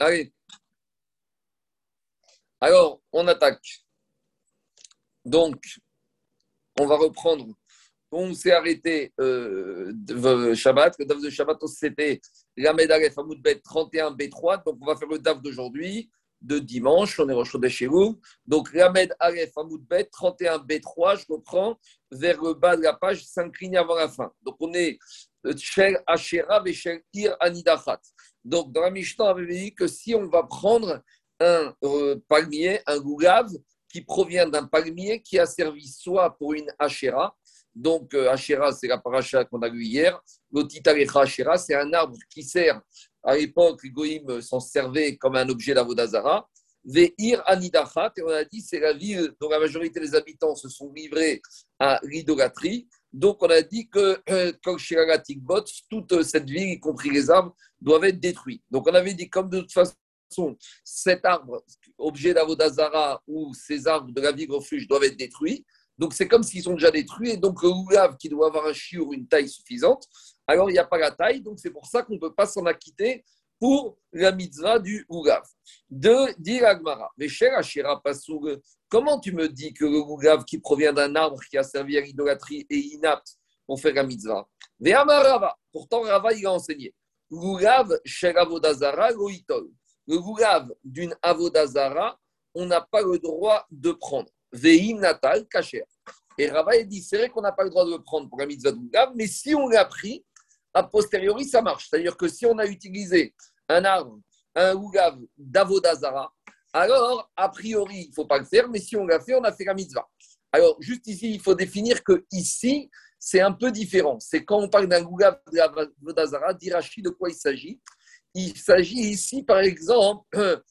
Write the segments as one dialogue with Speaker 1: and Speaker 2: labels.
Speaker 1: Allez, alors, on attaque. Donc, on va reprendre. On s'est arrêté de Shabbat. Le DAF de Shabbat, c'était Lamed Aleph Hamoud Bet 31 B3. Donc, on va faire le DAF d'aujourd'hui, de dimanche. On est Rosh Chodesh Elul. Donc, Lamed Aleph Hamoud Bet 31 B3. Je reprends vers le bas de la page, 5 lignes avant la fin. Donc, on est Shel Asherah et Shel Ir Anidachat. Donc, dans la Mishnah, on avait dit que si on va prendre un palmier, un goulav, qui provient d'un palmier qui a servi soit pour une Asherah. Donc, Asherah, c'est la paracha qu'on a lue hier. L'Otitalecha Asherah, c'est un arbre qui sert, à l'époque, les Goïms s'en servaient comme un objet d'Avodazara. Ve'ir Anidachat, et on a dit, c'est la ville dont la majorité des habitants se sont livrés à l'idolâtrie. Donc, on a dit que, comme chez la Tikbot, toute cette ville, y compris les arbres, doivent être détruits. Donc, on avait dit, comme de toute façon, cet arbre, objet d'Avodazara, ou ces arbres de la ville refuge doivent être détruits. Donc, c'est comme s'ils sont déjà détruits. Et donc, le loulav qui doit avoir un chiour, une taille suffisante, alors il n'y a pas la taille. Donc, c'est pour ça qu'on ne peut pas s'en acquitter pour la mitzvah du loulav. De dire Agmara, Vesher Ashira Pasoug, comment tu me dis que le loulav qui provient d'un arbre qui a servi à l'idolâtrie est inapte pour faire la mitzvah? Ve'amar Rava, pourtant Rava, il a enseigné. Loulav Shel Avodazara Loitol. Le loulav d'une Avodazara, on n'a pas le droit de prendre. Veim natal kacher. Et Rava dit, c'est vrai qu'on n'a pas le droit de le prendre pour la mitzvah de loulav, mais si on l'a pris, a posteriori, ça marche. C'est-à-dire que si on a utilisé un arbre, un loulav d'Avodazara, alors, a priori, il ne faut pas le faire, mais si on l'a fait, on a fait la mitzvah. Alors, juste ici, il faut définir que ici, c'est un peu différent. C'est quand on parle d'un loulav d'Avodazara, d'Irachi, de quoi il s'agit. Il s'agit ici, par exemple,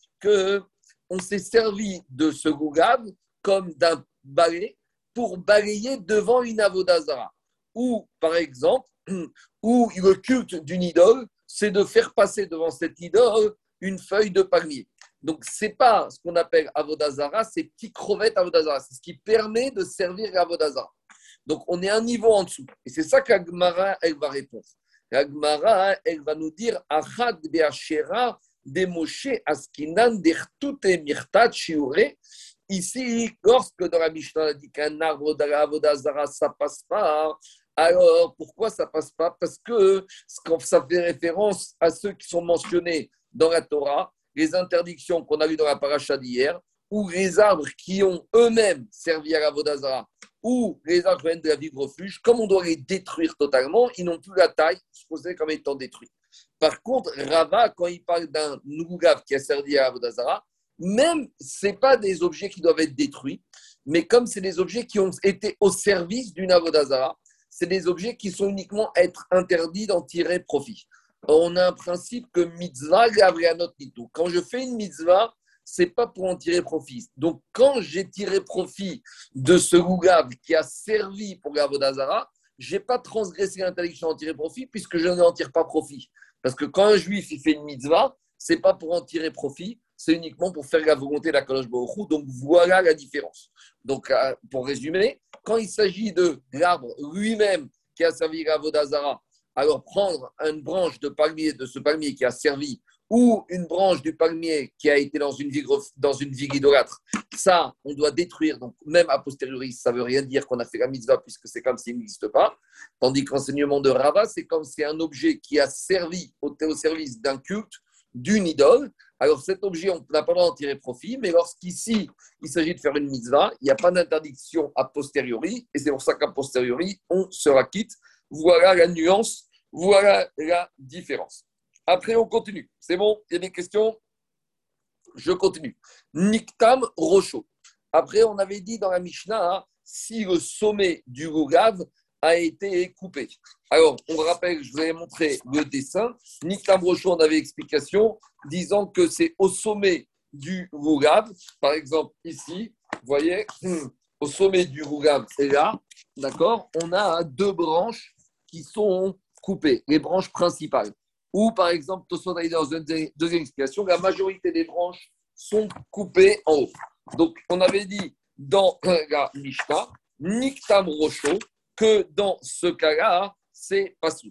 Speaker 1: qu'on s'est servi de ce loulav comme d'un balai pour balayer devant une avodazara. Ou, par exemple, où le culte d'une idole, c'est de faire passer devant cette idole une feuille de palmier. Donc, ce n'est pas ce qu'on appelle avodazara, c'est petit crevette avodazara. C'est ce qui permet de servir l'avodazara. Donc, on est un niveau en dessous. Et c'est ça qu'Agmara, elle va répondre. L'Agmara, elle va nous dire Achad be'ashera de Moshe askinan dertute mirtat shiure. Ici, lorsque dans la Mishnah, on dit qu'un arbre de la Avodazara, ça ne passe pas, alors pourquoi ça ne passe pas? Parce que ça fait référence à ceux qui sont mentionnés dans la Torah, les interdictions qu'on a vues dans la paracha d'hier, ou les arbres qui ont eux-mêmes servi à la Avodazara, ou les arbres de la vie de refuge, comme on doit les détruire totalement, ils n'ont plus la taille supposée comme étant détruits. Par contre, Rava, quand il parle d'un Nougav qui a servi à Avodazara, même ce n'est pas des objets qui doivent être détruits, mais comme c'est des objets qui ont été au service d'une Avodazara, c'est des objets qui sont uniquement être interdits d'en tirer profit. On a un principe que mitzvah, quand je fais une mitzvah, c'est pas pour en tirer profit. Donc, quand j'ai tiré profit de ce Rougav qui a servi pour l'Avodazara, je n'ai pas transgressé l'interdiction d'en tirer profit puisque je n'en tire pas profit. Parce que quand un juif il fait une mitzvah, ce n'est pas pour en tirer profit, c'est uniquement pour faire la volonté de la Kadosh Baruch Hu. Donc, voilà la différence. Donc, pour résumer, quand il s'agit de l'arbre lui-même qui a servi l'Avodazara, alors prendre une branche de palmier, de ce palmier qui a servi, ou une branche du palmier qui a été dans une vigue idolâtre, ça, on doit détruire. Donc, même a posteriori, ça ne veut rien dire qu'on a fait la mitzvah puisque c'est comme s'il n'existe pas. Tandis que l'enseignement de Rava, c'est comme c'est un objet qui a servi au service d'un culte, d'une idole. Alors, cet objet, on n'a pas le droit d'en tirer profit, mais lorsqu'ici, il s'agit de faire une mitzvah, il n'y a pas d'interdiction a posteriori, et c'est pour ça qu'à posteriori, on sera quitte. Voilà la nuance, voilà la différence. Après, on continue. C'est bon? Il y a des questions? Je continue. Niktam Rocho. Après, on avait dit dans la Mishnah, si le sommet du Rogav a été coupé. Alors, on rappelle, je vous avais montré le dessin. Niktam Rocho, on avait explication disant que c'est au sommet du Rogav. Par exemple, ici, vous voyez, au sommet du Rogav, c'est là, d'accord? On a deux branches qui sont coupées, les branches principales. Ou, par exemple, Tosfot a dit dans une deuxième explication, la majorité des branches sont coupées en haut. Donc, on avait dit dans la Mishnah, Niktam Rocho, que dans ce cas-là, c'est Passou.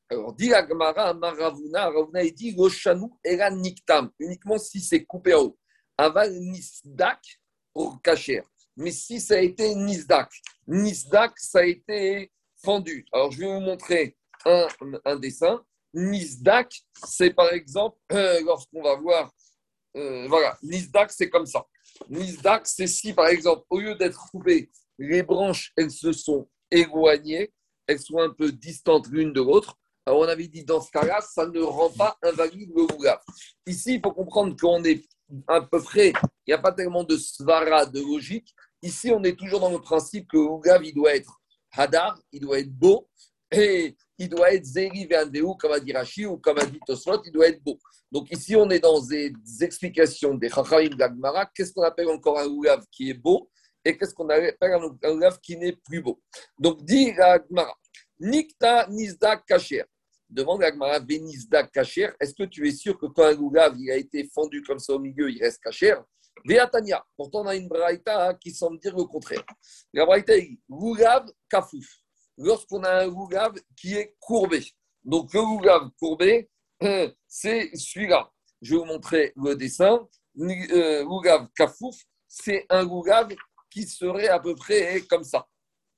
Speaker 1: Alors, dit la Gemara, Ravuna, il dit Roshanu Era Niktam, uniquement si c'est coupé en haut. Aval Nisdak pour Kacher. Mais si ça a été Nisdak, Nisdak, ça a été fendu. Alors, je vais vous montrer un dessin. Nisdak, c'est par exemple, lorsqu'on va voir, voilà, Nisdak, c'est comme ça. Nisdak, c'est si, par exemple, au lieu d'être coupées, les branches, elles se sont éloignées, elles sont un peu distantes l'une de l'autre. Alors, on avait dit, dans ce cas-là, ça ne rend pas invalide le Ougav. Ici, il faut comprendre qu'on est à peu près, il n'y a pas tellement de svara, de logique. Ici, on est toujours dans le principe que le Ougav, il doit être hadar, il doit être beau, et il doit être zeri ve'andeu, comme a dit Rashi, ou comme a dit Tosfot, il doit être beau. Donc ici, on est dans des explications des Chachamim de la Gemara. Qu'est-ce qu'on appelle encore un Ougav qui est beau et qu'est-ce qu'on appelle un Ougav qui n'est plus beau. Donc, dit la Gemara, Nikta Nizda Kacher. Demande la Gemara, Benizda Kacher, est-ce que tu es sûr que quand un Ougav il a été fendu comme ça au milieu, il reste Kacher? Veatania. Pourtant, on a une braïta qui semble dire le contraire. La braïta dit Ougav Kafouf. Lorsqu'on a un Ougav qui est courbé. Donc, le Ougav courbé, c'est celui-là. Je vais vous montrer le dessin. Ougav Kafouf, c'est un Ougav qui serait à peu près comme ça.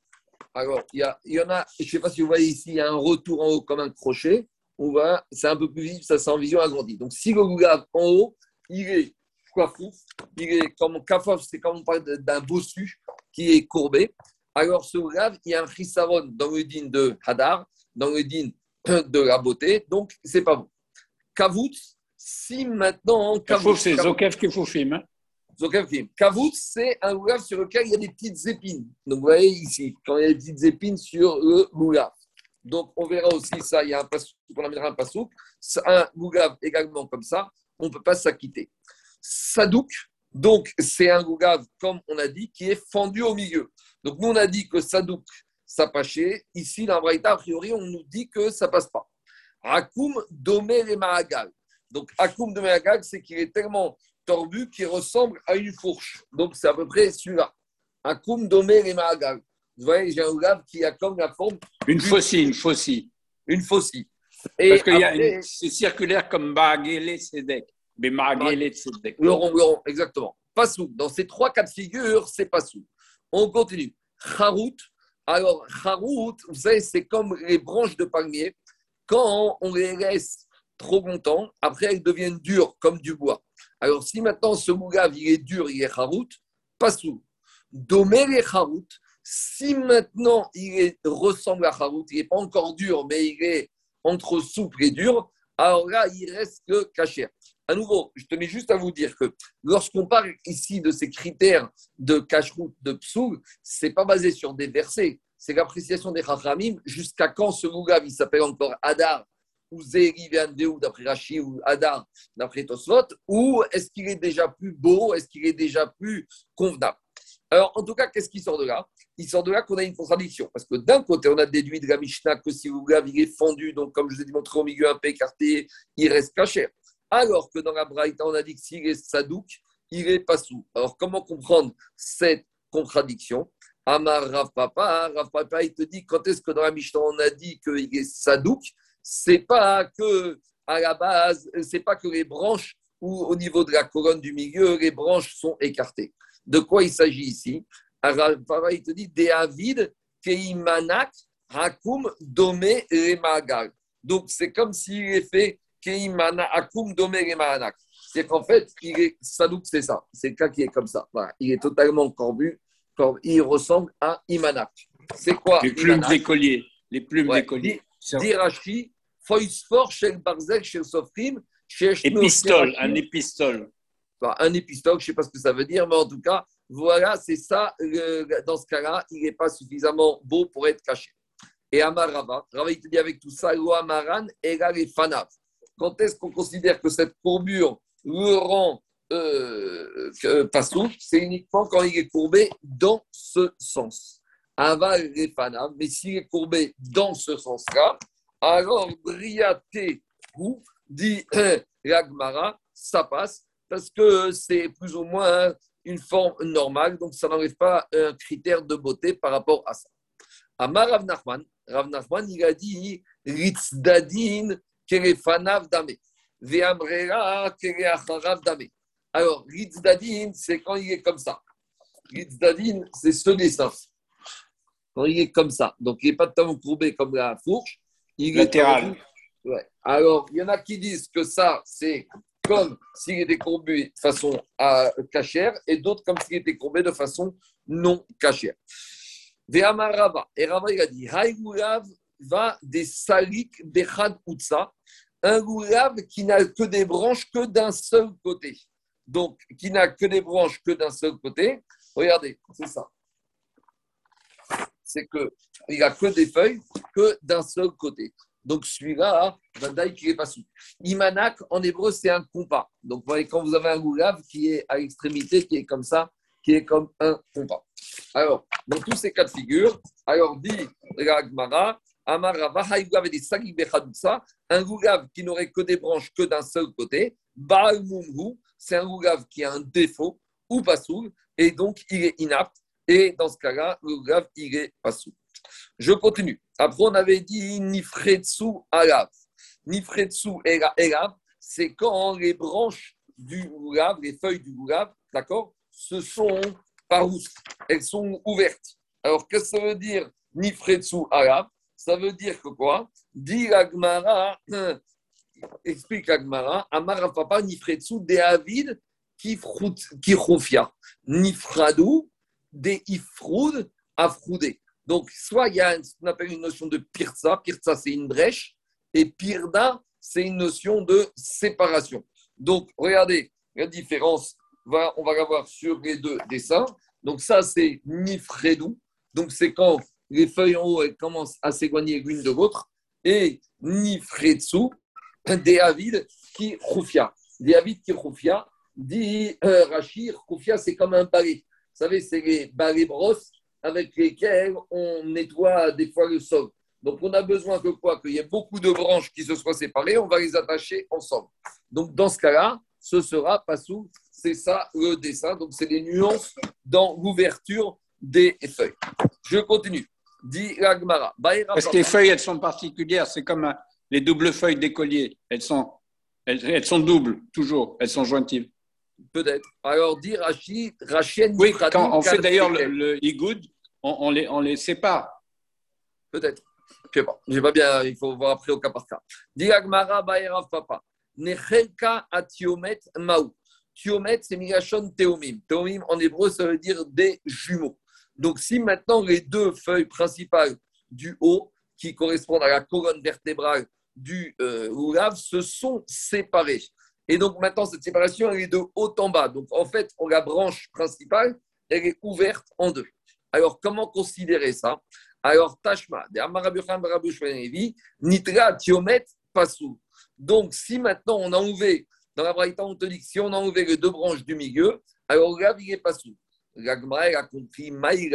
Speaker 1: Alors, il y en a, je ne sais pas si vous voyez ici, il y a un retour en haut comme un crochet. On voit, c'est un peu plus visible, ça c'est en vision agrandie. Donc, si le Ougav en haut, il est Kafouf, il est comme Kafouf, c'est comme on parle d'un bossu qui est courbé. Alors, ce Ougav, il y a un chisaron dans le din de Hadar, dans le din de la beauté, donc c'est pas bon. Kavout, si maintenant.
Speaker 2: Kafouf, c'est Zokev Kefoufim. Hein?
Speaker 1: Zokev Kefoufim. Kavout, c'est un Ougav sur lequel il y a des petites épines. Donc, vous voyez ici, quand il y a des petites épines sur le Ougav. Donc, on verra aussi ça, il y a un passouk, on amènera un passouk. Un Ougav également comme ça, on ne peut pas s'acquitter. Sadouk, donc c'est un Ougav, comme on a dit, qui est fendu au milieu. Donc, nous, on a dit que Sadouk, ça passait. Ici, dans Braïta, a priori, on nous dit que ça ne passe pas. Akoum Domer et Mahagal. Donc, Akoum Domer et Mahagal, c'est qu'il est tellement torbu qu'il ressemble à une fourche. Donc, c'est à peu près celui-là. Akoum Domer et Mahagal. Vous voyez, j'ai un Ougav qui a comme la forme.
Speaker 2: Une faucille.
Speaker 1: Une faucille. Et
Speaker 2: parce que c'est circulaire comme Bahagele Sedek. Mais Mahagele Sedek.
Speaker 1: Le rond, exactement. Passou. Dans ces trois cas de figure, c'est Passou. On continue. Charout. Alors, Charout, vous savez, c'est comme les branches de palmier. Quand on les laisse trop longtemps, après, elles deviennent dures, comme du bois. Alors, si maintenant ce Ougav, il est dur, il est Charout, Passou. Domer et Charout. Si maintenant, ressemble à Charout, il n'est pas encore dur, mais il est entre souple et dur, alors là, il reste que Kacher. À nouveau, je tenais juste à vous dire que lorsqu'on parle ici de ces critères de Kashrut, de Psoul, ce n'est pas basé sur des versets, c'est l'appréciation des Chachamim, jusqu'à quand ce Ougav, il s'appelle encore Hadar, ou Zeri Ve'andeu d'après Rashi, ou Hadar d'après Tosfot, ou est-ce qu'il est déjà plus beau, est-ce qu'il est déjà plus convenable? Alors, en tout cas, qu'est-ce qui sort de là? Il sort de là qu'on a une contradiction. Parce que d'un côté, on a déduit de la Mishnah que si l'Ougav, il est fendu, donc comme je vous ai dit, montré au milieu un peu écarté, il reste caché. Alors que dans la Braïta, on a dit que s'il est sadouk, il est passou. Alors, comment comprendre cette contradiction? Amar Rav Papa, il te dit, quand est-ce que dans la Mishnah, on a dit qu'il est sadouk? C'est pas que, à la base, c'est pas que les branches ou au niveau de la colonne du milieu, les branches sont écartées. De quoi il s'agit ici? Rav Papa, il te dit, Deavid, Keimanak, Hakum, Domé, Remagal. Donc, c'est comme s'il est fait c'est qu'en fait, il est sadouk, c'est ça. C'est le cas qui est comme ça. Voilà. Il est totalement corbu. Il ressemble à Imanak. C'est quoi?
Speaker 2: Les plumes d'écolier. Les plumes d'écolier.
Speaker 1: Dirachi, Foisfor, Shel Barzel, Shel Sofrim,
Speaker 2: Épistole, un épistole.
Speaker 1: Un épistole, je ne sais pas ce que ça veut dire, mais en tout cas, voilà, c'est ça. Dans ce cas-là, il n'est pas suffisamment beau pour être caché. Et Amar Rava, il te dit avec tout ça, Amaran, égale et Fanav. Quand est-ce qu'on considère que cette courbure le rend passou? C'est uniquement quand il est courbé dans ce sens. Aval et Fanav, mais s'il est courbé dans ce sens-là, alors Briaté ou dit l'Agmara, ça passe parce que c'est plus ou moins une forme normale, donc ça n'enlève pas un critère de beauté par rapport à ça. Amar Rav Nachman, il a dit Ritzdadin Kerefanav Dame. Veamrera Kereacharav Dame. Alors, Ritzdadin, c'est quand il est comme ça. Ritzdadin, c'est ce dessin. Quand il est comme ça. Donc, il n'est pas tellement courbé comme la fourche. Il est
Speaker 2: Latéral.
Speaker 1: Ouais. Alors, il y en a qui disent que ça, c'est comme s'il était courbé de façon cachère et d'autres comme s'il était courbé de façon non cachère. Ve'amar Rava. Et Rava, il a dit Haïgoulav va des salik bechad utsa. Un goulav qui n'a que des branches que d'un seul côté. Donc, qui n'a que des branches que d'un seul côté. Regardez, c'est ça. C'est qu'il n'a que des feuilles que d'un seul côté. Donc celui-là, Vadaï qui n'est pas sous. Imanak, en hébreu, c'est un compas. Donc vous voyez, quand vous avez un goulav qui est à l'extrémité, qui est comme ça, qui est comme un compas. Alors, dans tous ces cas de figure, alors dit Ragmara, Amarava, Haïgoulav et des Sagik Bechadoussa, un goulav qui n'aurait que des branches que d'un seul côté, Baal Mumhu, c'est un goulav qui a un défaut, ou pas sous, et donc il est inapte. Et dans ce cas-là, le goulav, il est pas sous. Je continue. Après, on avait dit Nifretsu Alav. Nifretsu Elav, c'est quand les branches du goulav, les feuilles du goulav, d'accord, ce sont parouses, elles sont ouvertes. Alors, qu'est-ce que ça veut dire Nifretsu Alav? Ça veut dire que quoi? Dit l'Agmara, explique l'Agmara, Amara Papa Nifretsu Deavid qui rofia. Nifradou des ifroud à frouder. Donc, soit il y a ce qu'on appelle une notion de pirza. Pirza, c'est une brèche. Et pirda, c'est une notion de séparation. Donc, regardez la différence. On va la voir sur les deux dessins. Donc, ça, c'est nifredou. Donc, c'est quand les feuilles en haut elles commencent à s'éloigner l'une de l'autre. Et nifretsu, des avides qui roufia. Des avides qui roufia, dit Rachir, roufia, c'est comme un balai. Vous savez, c'est les balais brosses avec lesquels on nettoie des fois le sol. Donc, on a besoin que quoi? Qu'il y ait beaucoup de branches qui se soient séparées, on va les attacher ensemble. Donc, dans ce cas-là, ce sera pas sous, c'est ça le dessin. Donc, c'est des nuances dans l'ouverture des feuilles. Je continue. Dit l'Agmara.
Speaker 2: Parce que les feuilles, elles sont particulières. C'est comme les doubles feuilles d'écolier. Elles sont doubles, toujours. Elles sont jointives.
Speaker 1: Peut-être. Alors, dit Rachien.
Speaker 2: Oui, quand on fait d'ailleurs le igoud, on les sépare.
Speaker 1: Peut-être. Je ne sais pas. J'ai pas bien. Il faut voir après au cas par cas. Dit Agmara Baerav Papa. Nechelka atiomet maou. Tiomet, c'est Migashon Théomim. Théomim, en hébreu, ça veut dire des jumeaux. Donc, si maintenant les deux feuilles principales du haut, qui correspondent à la colonne vertébrale du roulav, se sont séparées. Et donc, maintenant, cette séparation, elle est de haut en bas. Donc, en fait, la branche principale, elle est ouverte en deux. Alors, comment considérer ça? Alors, Tashma, Nitra, Tiomet, Passou. Donc, si maintenant on a enlevé, dans la Braïta, on te dit que si on a enlevé les deux branches du milieu, alors là, il n'est pas sous. L'Agmara a compris,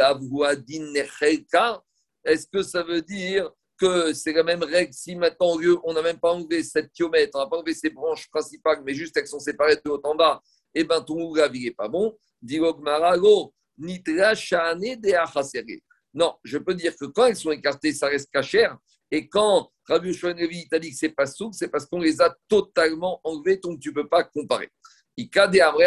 Speaker 1: est-ce que ça veut dire que c'est la même règle si maintenant, on n'a même pas enlevé cette thiomètre, on n'a pas enlevé ces branches principales, mais juste elles sont séparées de haut en bas, et bien ton oulav, il n'est pas bon. Dit l'Agmara, nitra shane de achasere. Non, je peux dire que quand elles sont écartées, ça reste cachère. Et quand Rabbi Yoshua Levi t'a dit que c'est pas souk, c'est parce qu'on les a totalement enlevés, donc tu ne peux pas comparer. Il y a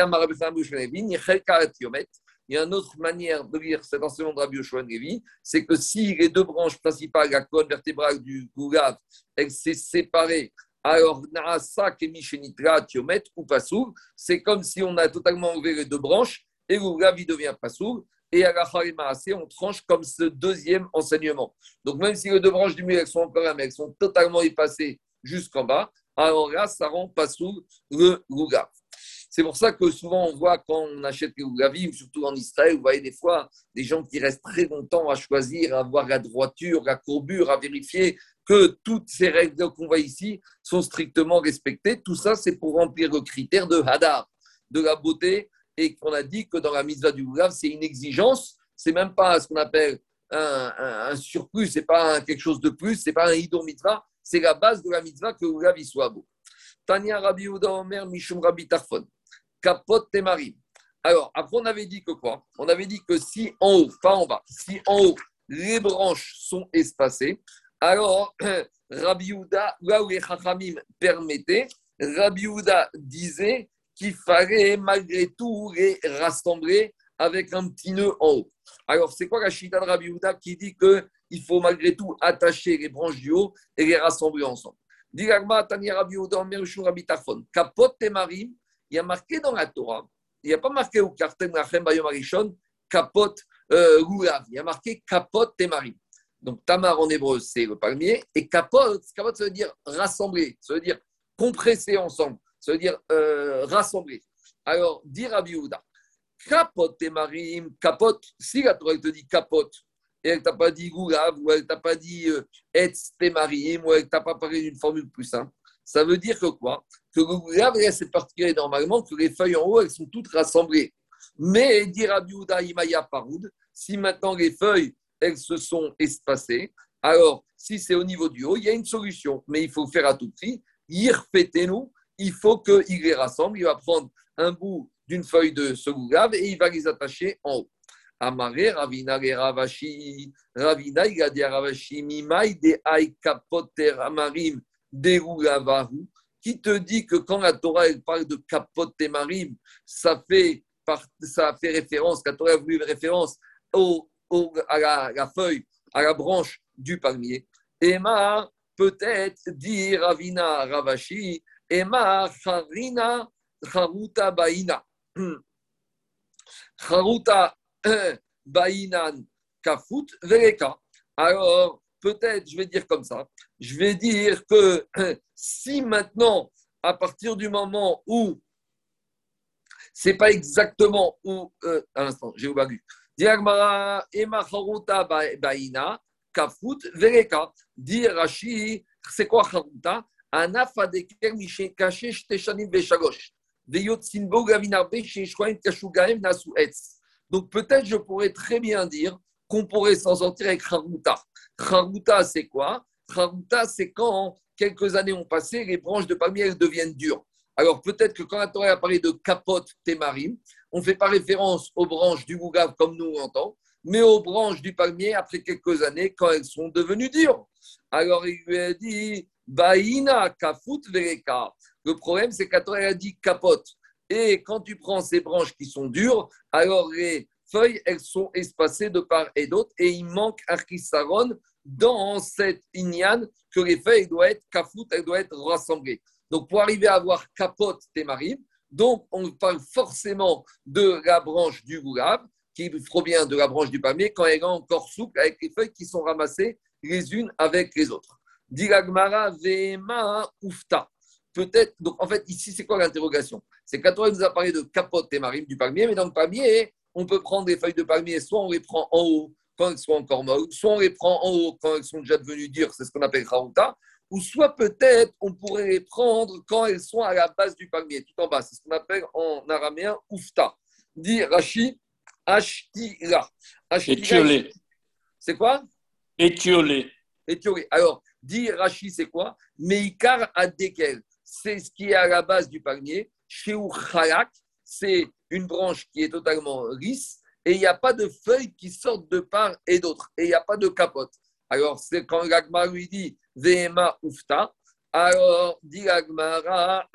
Speaker 1: une autre manière de lire cet enseignement de Rabbi Yoshua Levi, c'est que si les deux branches principales, la colonne vertébrale du goulav, elles s'est séparée, alors Naasa, Kemi, Shenitra, Tiomet ou Pasoul, c'est comme si on a totalement enlevé les deux branches et le goulav il devient Pasoul. Et à la Maasé, on tranche comme ce deuxième enseignement. Donc, même si les deux branches du milieu elles sont encore là, mais elles sont totalement effacées jusqu'en bas, alors là, ça rend pas sous le Lougav. C'est pour ça que souvent, on voit quand on achète les Lougavis, ou surtout en Israël, vous voyez des fois des gens qui restent très longtemps à choisir, à voir la droiture, la courbure, à vérifier que toutes ces règles qu'on voit ici sont strictement respectées. Tout ça, c'est pour remplir le critère de Hadar, de la beauté. Et qu'on a dit que dans la mitzvah du Lougav, c'est une exigence, c'est même pas ce qu'on appelle un surplus, c'est pas quelque chose de plus, c'est pas un hidon mitzvah, c'est la base de la mitzvah que le Lougav il soit beau. Tania Rabbi Yehuda Omer Mishum Rabbi Tarfon, Kapot Temarim. Alors, après, on avait dit que quoi? On avait dit que si en haut, pas en bas, si en haut, les branches sont espacées, Alors, Rabbi Yehuda, là où les Chachamim permettaient, Rabbi Yehuda disait qu'il fallait malgré tout les rassembler avec un petit nœud en haut. Alors, c'est quoi la chita de Rabbi Yehuda qui dit qu'il faut malgré tout attacher les branches du haut et les rassembler ensemble? Diragma, Tania Rabbi Yehuda, Merushu Rabbi Tarfon. Kapot Temarim, il y a marqué dans la Torah, il n'y a pas marqué au Kartem Lachem Bayom Arishon, Kapot Lulav, il y a marqué Kapot Temarim. Donc, Tamar en hébreu, c'est le palmier, et Kapot, ça veut dire rassembler, ça veut dire compresser ensemble, ça veut dire rassembler. Alors, dit Rabbi Yehuda, Kapot Temarim, Kapot, si la Torah te dit Kapot, et elle ne t'a pas dit Goulav, ou elle ne t'a pas dit Etz Temarim, ou elle ne t'a pas parlé d'une formule plus simple, ça veut dire que quoi? Que le Goulav, c'est particulier normalement que les feuilles en haut, elles sont toutes rassemblées. Mais, dit Rabbi Yehuda, Imaya Paroud, si maintenant les feuilles, elles se sont espacées, alors si c'est au niveau du haut, il y a une solution, mais il faut faire à tout prix. Yirfetenu, il faut qu'il les rassemble, il va prendre un bout d'une feuille de ce goulav et il va les attacher en haut. Amaré, Ravina, les Ravashi, Ravina, il a dit à Ravashi, Mimaï, de Aï Kapoter Amarim, de Goulavahu, qui te dit que quand la Torah elle parle de Kapoter Marim, ça fait référence, la Torah a voulu référence à la feuille, à la branche du palmier. Emma, peut-être, dit Ravina Ravashi, Emma Harina Haruta Baina. Haruta Bainan Kafut Vereka. Alors, peut-être, je vais dire comme ça. Je vais dire que si maintenant, à partir du moment où c'est pas exactement où. Un instant, j'ai oublié. Diagmara Emma Haruta Baina Kafut Vereka. Dit Rashi, c'est quoi Haruta? Anafa de Kermiché Kaché Shteshanim Veshagosh. Donc peut-être je pourrais très bien dire qu'on pourrait s'en sortir avec Haruta. Haruta, c'est quoi? Haruta, c'est quand quelques années ont passé, les branches de palmier deviennent dures. Alors peut-être que quand la Torah a parlé de capote témarim, on ne fait pas référence aux branches du gougave comme nous l'entendons, mais aux branches du palmier après quelques années quand elles sont devenues dures. Alors il lui a dit Baïna kafut vereka. Le problème, c'est que la Torah a dit capote. Et quand tu prends ces branches qui sont dures, alors les feuilles, elles sont espacées de part et d'autre et il manque un chisaron dans cette inyan que les feuilles doivent être kafout, elles doivent être rassemblées. Donc, pour arriver à avoir capote témarim, donc on parle forcément de la branche du goulab qui provient de la branche du palmier quand elle est encore souple avec les feuilles qui sont ramassées les unes avec les autres. Dilagmara vema ufta. Peut-être, donc en fait, ici, c'est quoi l'interrogation? C'est que la Torah nous a parlé de capote et marine du palmier, mais dans le palmier, on peut prendre des feuilles de palmier, soit on les prend en haut quand elles sont encore molles, soit on les prend en haut quand elles sont déjà devenues dures, c'est ce qu'on appelle chaouta, ou soit peut-être on pourrait les prendre quand elles sont à la base du palmier, tout en bas, c'est ce qu'on appelle en araméen oufta. Dit Rashi, ashtira.
Speaker 2: Étiolé.
Speaker 1: C'est quoi?
Speaker 2: Étiolé.
Speaker 1: Étiolé. Alors, dit Rashi, c'est quoi? Meikar adekel. C'est ce qui est à la base du palmier. Chez Khalak, c'est une branche qui est totalement lisse et il n'y a pas de feuilles qui sortent de part et d'autre. Et il n'y a pas de capote. Alors, c'est quand l'Agmara lui dit Vehema Ufta. Alors, dit l'Agmara,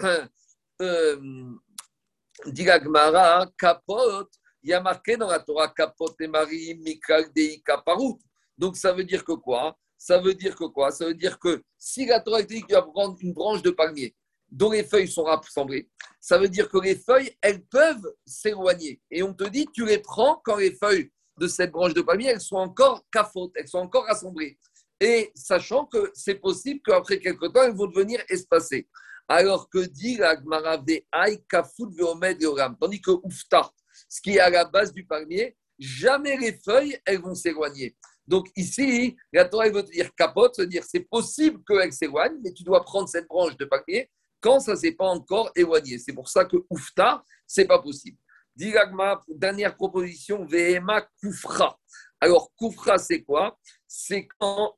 Speaker 1: capote. Il y a marqué dans la Torah capote et marie, mikal dei kaparut. Donc, ça veut dire que quoi? Ça veut dire que si la Torah dit que tu vas prendre une branche de palmier dont les feuilles sont rassemblées, ça veut dire que les feuilles, elles peuvent s'éloigner. Et on te dit, tu les prends quand les feuilles de cette branche de palmier, elles sont encore cafotes, elles sont encore rassemblées. Et sachant que c'est possible qu'après quelque temps, elles vont devenir espacées. Alors que dit la Gemara de Aï Kafout Veomed Yoram, tandis que Ufta, ce qui est à la base du palmier, jamais les feuilles, elles vont s'éloigner. Donc ici, la Torah veut te dire capote, se dire c'est possible qu'elle s'éloigne, mais tu dois prendre cette branche de palmier quand ça ne s'est pas encore éloigné. C'est pour ça que Oufta, ce n'est pas possible. Diragma, dernière proposition, Vehema Koufra. Alors, Koufra, c'est quoi? C'est quand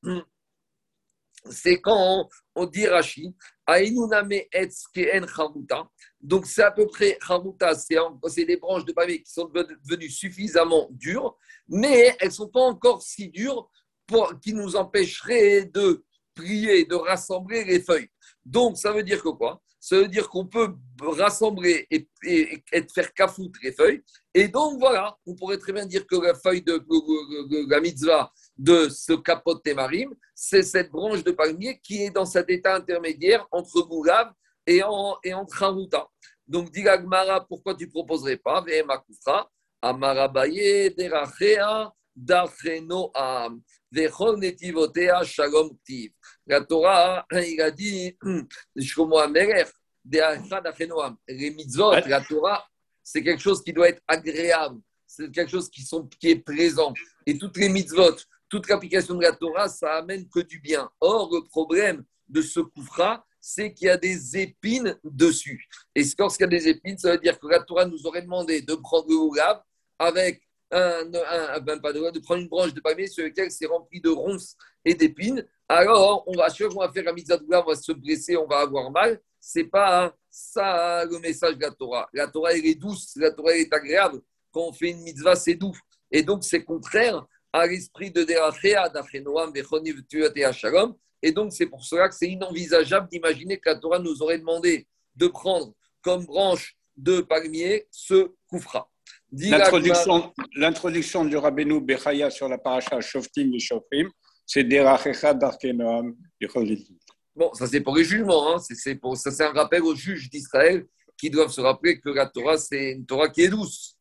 Speaker 1: on dit Rashi, Aïnouname Etzkeen Charuta. Donc, c'est à peu près Charuta, c'est des branches de palmier qui sont devenues suffisamment dures, mais elles ne sont pas encore si dures qui nous empêcherait de plier, de rassembler les feuilles. Donc, ça veut dire que quoi? Ça veut dire qu'on peut rassembler et faire cafoutre les feuilles. Et donc, voilà, on pourrait très bien dire que la feuille de la mitzvah de ce capot Témarim, c'est cette branche de palmier qui est dans cet état intermédiaire entre Moulav et entre Haruta. Donc, dit Gmara, pourquoi tu ne proposerais pas Vehema Kufra, Amarabaye, Derachea, Dacheno Am, Vechol Netivotea, Shalom Ktiv. La Torah, il a dit, Shlomo Ameler, Dacheno Am. Les mitzvot, la Torah, c'est quelque chose qui doit être agréable, c'est quelque chose qui est présent. Et toutes les mitzvot, toute l'application de la Torah, ça amène que du bien. Or, le problème de ce kufra, c'est qu'il y a des épines dessus. Et lorsqu'il y a des épines, ça veut dire que la Torah nous aurait demandé de prendre le oulav avec de prendre une branche de palmier sur laquelle c'est rempli de ronces et d'épines. Alors, on va faire la mitzvah de oulav, on va se blesser, on va avoir mal. C'est pas ça le message de la Torah. La Torah, elle est douce, la Torah, elle est agréable. Quand on fait une mitzvah, c'est doux. Et donc, c'est contraire à l'esprit de Derachea, d'Achenoam, Vechoniv, Tuatea, Shalom. Et donc, c'est pour cela que c'est inenvisageable d'imaginer que la Torah nous aurait demandé de prendre comme branche de palmier ce koufra.
Speaker 2: L'introduction du Rabbeinu Bechaya sur la paracha Shoftim et Shofrim, c'est Derachecha d'Arkenoam.
Speaker 1: Bon, ça c'est pour les jugements, hein. C'est un rappel aux juges d'Israël qui doivent se rappeler que la Torah, c'est une Torah qui est douce.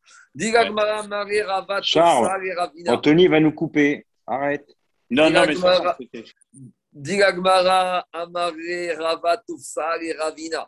Speaker 3: Charles, Anthony va nous couper. Arrête.
Speaker 2: Non, mais ça,
Speaker 1: Dilagmara Amare Ravatufsar et Ravina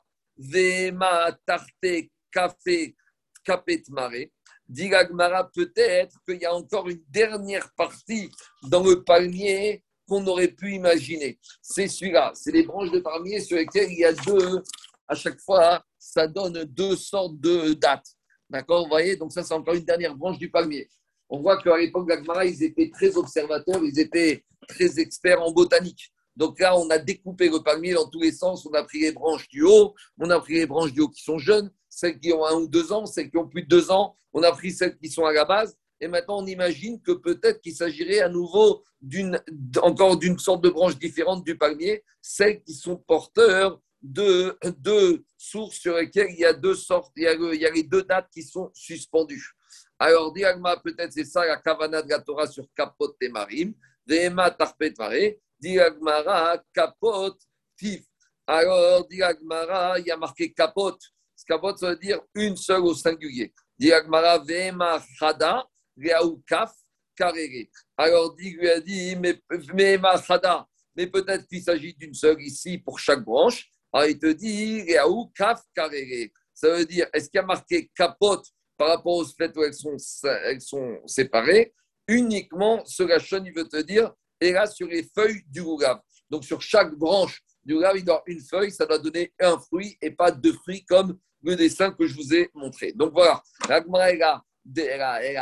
Speaker 1: Vema Tarte Café Capet Mare. Dilagmara, peut-être qu'il y a encore une dernière partie dans le palmier qu'on aurait pu imaginer. C'est celui-là, c'est les branches de palmier sur lesquelles il y a à chaque fois, ça donne deux sortes de dates. D'accord, vous voyez, donc ça, c'est encore une dernière branche du palmier. On voit qu'à l'époque de l'Agmara, ils étaient très observateurs, ils étaient très experts en botanique. Donc là, on a découpé le palmier dans tous les sens. On a pris les branches du haut, on a pris les branches du haut qui sont jeunes, celles qui ont 1 ou 2 ans, celles qui ont plus de 2 ans. On a pris celles qui sont à la base. Et maintenant, on imagine que peut-être qu'il s'agirait à nouveau encore d'une sorte de branche différente du palmier, celles qui sont porteurs de deux sources sur lesquelles il y a 2 sortes, il y a les 2 dates qui sont suspendues. Alors, Diagma, peut-être c'est ça la kavana de la Torah sur Kapot Temarim, Vehema Tarpet Mare, Diagmara Kapot Tif. Alors, Diagmara, il y a marqué Kapot. Kapot, ça veut dire une seule au singulier. Diagmara Vehema Chada, Reaou Kaf, Karere. Alors, lui a dit, mais Vehema Chada, mais peut-être qu'il s'agit d'une seule ici pour chaque branche. Alors, il te dit, Reaou Kaf, Karere. Ça veut dire, est-ce qu'il y a marqué Kapot par rapport au fait où elles sont séparées, uniquement ce Rachon, il veut te dire, et là sur les feuilles du rougave. Donc sur chaque branche du rougave, il doit avoir une feuille, ça doit donner un fruit et pas 2 fruits comme le dessin que je vous ai montré. Donc voilà, l'Agmara, elle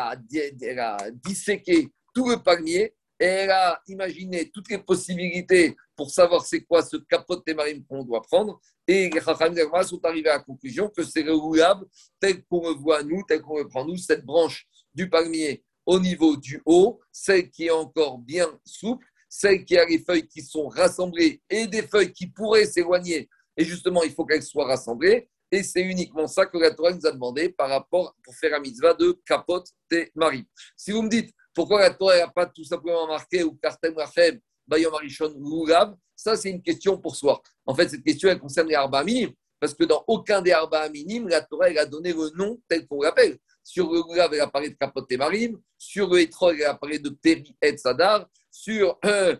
Speaker 1: a disséqué tout le palmier et elle a imaginé toutes les possibilités pour savoir c'est quoi ce capot de témarim qu'on doit prendre. Et les Chachamim sont arrivés à la conclusion que c'est le roulable tel qu'on le voit nous, tel qu'on le prend nous, cette branche du palmier au niveau du haut, celle qui est encore bien souple, celle qui a les feuilles qui sont rassemblées et des feuilles qui pourraient s'éloigner. Et justement, il faut qu'elles soient rassemblées. Et c'est uniquement ça que la Torah nous a demandé par rapport pour faire la mitzvah de Kapot Témarim. Si vous me dites pourquoi la Torah n'a pas tout simplement marqué ou Kartem Rachem, Bayom Arishon Roulav, ça c'est une question pour soi. En fait, cette question elle concerne les Arba Minim, parce que dans aucun des Arba Minim, la Torah elle a donné le nom tel qu'on l'appelle. Sur le Roulav, elle a parlé de Kapot Témarim, sur le Etrog, elle a parlé de Peri et Sadar, sur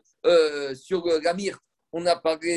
Speaker 1: la Myrte, on a parlé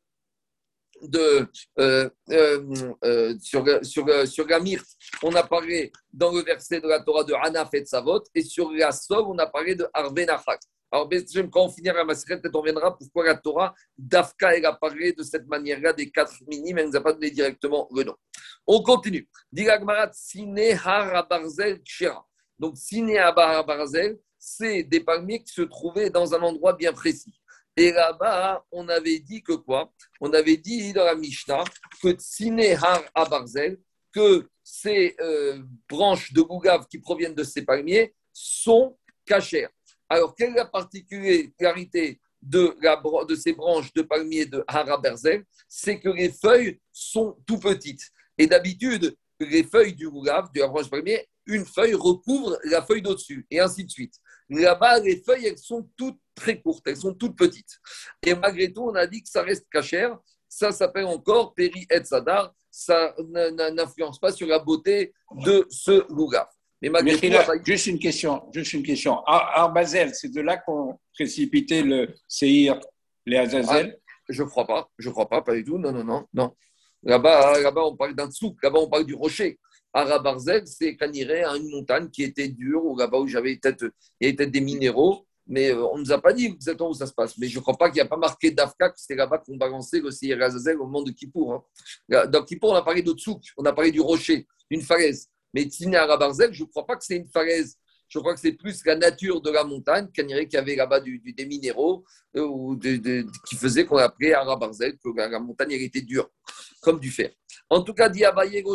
Speaker 1: sur la myrte, on a parlé dans le verset de la Torah de Hanaf et Savot, et sur la Sov, on a parlé de Arvé Nachak. Alors, quand on finira la Maseret, peut-être on verra pourquoi la Torah, Dafka, elle a parlé de cette manière-là des 4 minimes, elle ne nous a pas donné directement le nom. On continue. Dilagmarat Sine Harabarzel Kshera. Donc, Sine Harabarzel, c'est des palmiers qui se trouvaient dans un endroit bien précis. Et là-bas, on avait dit que quoi? On avait dit dans la Mishnah que Tsine Har Abarzel, que ces branches de Gougav qui proviennent de ces palmiers sont cachères. Alors, quelle est la particularité de ces branches de palmier de Hara Berzel? C'est que les feuilles sont tout petites. Et d'habitude, les feuilles du rougave, de la branche de palmier, une feuille recouvre la feuille d'au-dessus, et ainsi de suite. Là-bas, les feuilles, elles sont toutes très courtes, elles sont toutes petites. Et malgré tout, on a dit que ça reste cachère. Ça s'appelle encore Péri et Sadar. Ça n'influence pas sur la beauté de ce rougave.
Speaker 2: Mais malgré tout, juste une question. Arbazel, c'est de là qu'on précipitait le Seir, les Azazel?
Speaker 1: Je crois pas, pas du tout. Non. Là-bas, on parle d'un souk, là-bas, on parle du rocher. Arabarzel, c'est Kaniré, une montagne qui était dure, où là-bas où il y avait peut-être des minéraux, mais on ne nous a pas dit exactement où ça se passe. Mais je ne crois pas qu'il n'y a pas marqué d'Afka, que c'était là-bas qu'on balançait le Seir Azazel au moment de Kippour. Hein. Dans Kippour, on a parlé de souk, on a parlé du rocher, d'une falaise. Mais Tzine Arabarzel, je ne crois pas que c'est une falaise. Je crois que c'est plus la nature de la montagne, qu'il y avait là-bas des minéraux qui faisaient qu'on appelait Arabarzel, que la montagne elle était dure, comme du fer. En tout cas, dit Abaye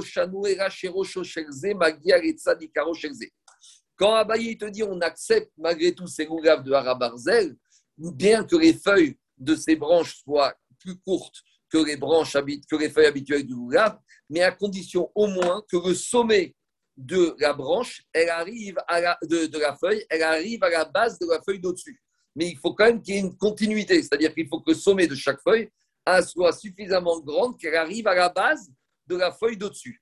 Speaker 1: quand Abaye te dit on accepte malgré tout ces rougaves de Arabarzel, bien que les feuilles de ces branches soient plus courtes que les feuilles habituelles du rougave, mais à condition au moins que le sommet de la branche, elle arrive de la feuille, elle arrive à la base de la feuille d'au-dessus. Mais il faut quand même qu'il y ait une continuité, c'est-à-dire qu'il faut que le sommet de chaque feuille soit suffisamment grande qu'elle arrive à la base de la feuille d'au-dessus.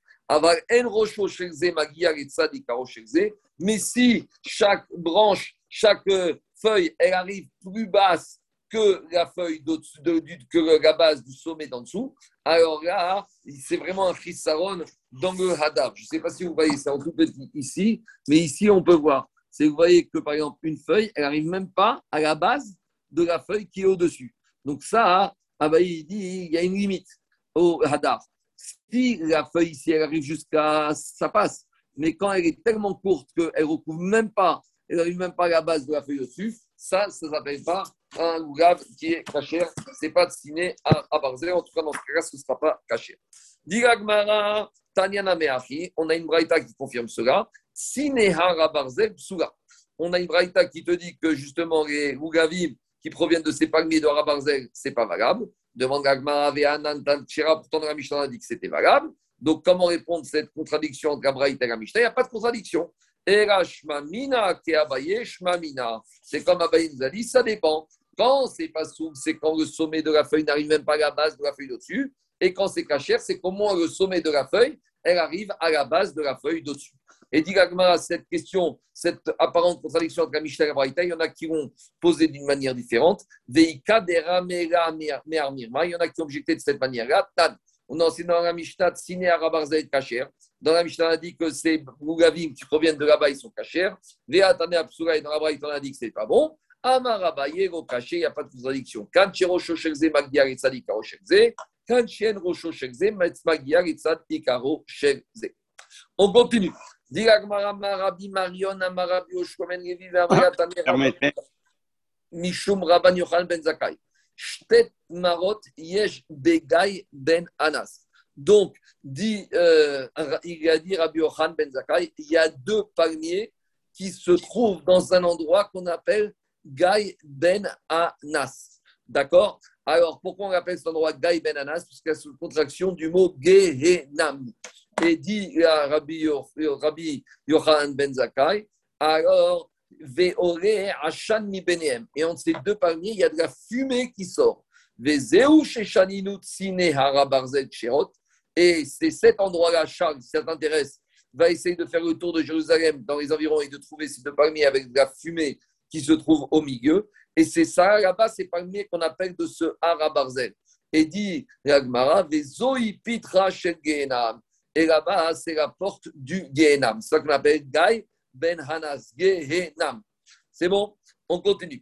Speaker 1: Mais si chaque branche, chaque feuille, elle arrive plus basse que la feuille d'au-dessus, que la base du sommet d'en dessous, alors là, c'est vraiment un chissaron dans le hadar. Je ne sais pas si vous voyez ça en tout petit ici, mais ici, on peut voir. Vous voyez que, par exemple, une feuille, elle n'arrive même pas à la base de la feuille qui est au-dessus. Donc ça, il dit il y a une limite au hadar. Si la feuille ici, elle arrive jusqu'à... ça passe. Mais quand elle est tellement courte qu'elle ne recouvre même pas, elle n'arrive même pas à la base de la feuille au-dessus, ça ne s'appelle pas un rougave qui est cachère. Ce n'est pas destiné à Barzel. En tout cas, dans ce cas-là, ce ne sera pas cachère. Diragmara, Tanyana Meachi, on a une braïta qui confirme cela. Sinehara Barzel Psula. On a une braïta qui te dit que justement les rougavim qui proviennent de ces palmiers de Harabarzel, ce n'est pas valable. Demande Gagmara, Ve'anan, Tanchera, pourtant la Mishnah a dit que c'était valable. Donc, comment répondre à cette contradiction entre la braïta et la Mishnah? Il n'y a pas de contradiction. C'est comme Abaye nous a dit, ça dépend. Quand c'est pas souple, c'est quand le sommet de la feuille n'arrive même pas à la base de la feuille d'au-dessus. Et quand c'est cachère, c'est qu'au moins le sommet de la feuille, elle arrive à la base de la feuille d'au-dessus. Et dit Gagmara, cette question, cette apparente contradiction entre la Mishnah et la braïta, il y en a qui vont poser d'une manière différente. Il y en a qui ont objecté de cette manière-là. On a enseigné dans la Mishnah Siné Arabarza et Kacher. Dans la Mishnah, on a dit que ces rougavim qui proviennent de là-bas, ils sont cachers. Ve'atane Apsura, et dans la Braïta, on a dit que ce n'est pas bon. Amarabaye, caché, il n'y a pas de contradiction. Quand Cherosho Shekze, Magdiar et Tzadik Karo Shekze. Quand Chen Rosho Shekze, Magdiar et Tzadik Karo Shekze. On continue. Diragmara Marabi Marion, Amarabi Oshkomen Levi, Amarabi Mishum Rabban Yochanan Ben Zakkai. Shtet Marot Yesh Begay Ben Anas. Donc, il a dit Rabbi Yochanan Ben Zakkai, il y a deux palmiers qui se trouvent dans un endroit qu'on appelle Gai Ben Anas. D'accord? Alors, pourquoi on appelle cet endroit Gai Ben Anas? Parce qu'il y a une contraction du mot Gehenam. Et dit Rabbi Yochanan Ben Zakkai, alors, Ve'ore Ashan mi benehem. Et entre ces deux palmiers, il y a de la fumée qui sort. Ve'zeu sheshaninut sine hara barzet sherot. Et c'est cet endroit-là, Charles, si ça t'intéresse, va essayer de faire le tour de Jérusalem dans les environs et de trouver ces deux palmiers avec de la fumée qui se trouve au milieu. Et c'est ça, là-bas, ces palmiers qu'on appelle de ce hara barzel. Et dit l'Agmara, Ve'zoi pitra shel Gehenam. Et là-bas, c'est la porte du Gehenam. C'est ça qu'on appelle Gai Ben Hanas, Gehenam. C'est bon? On continue.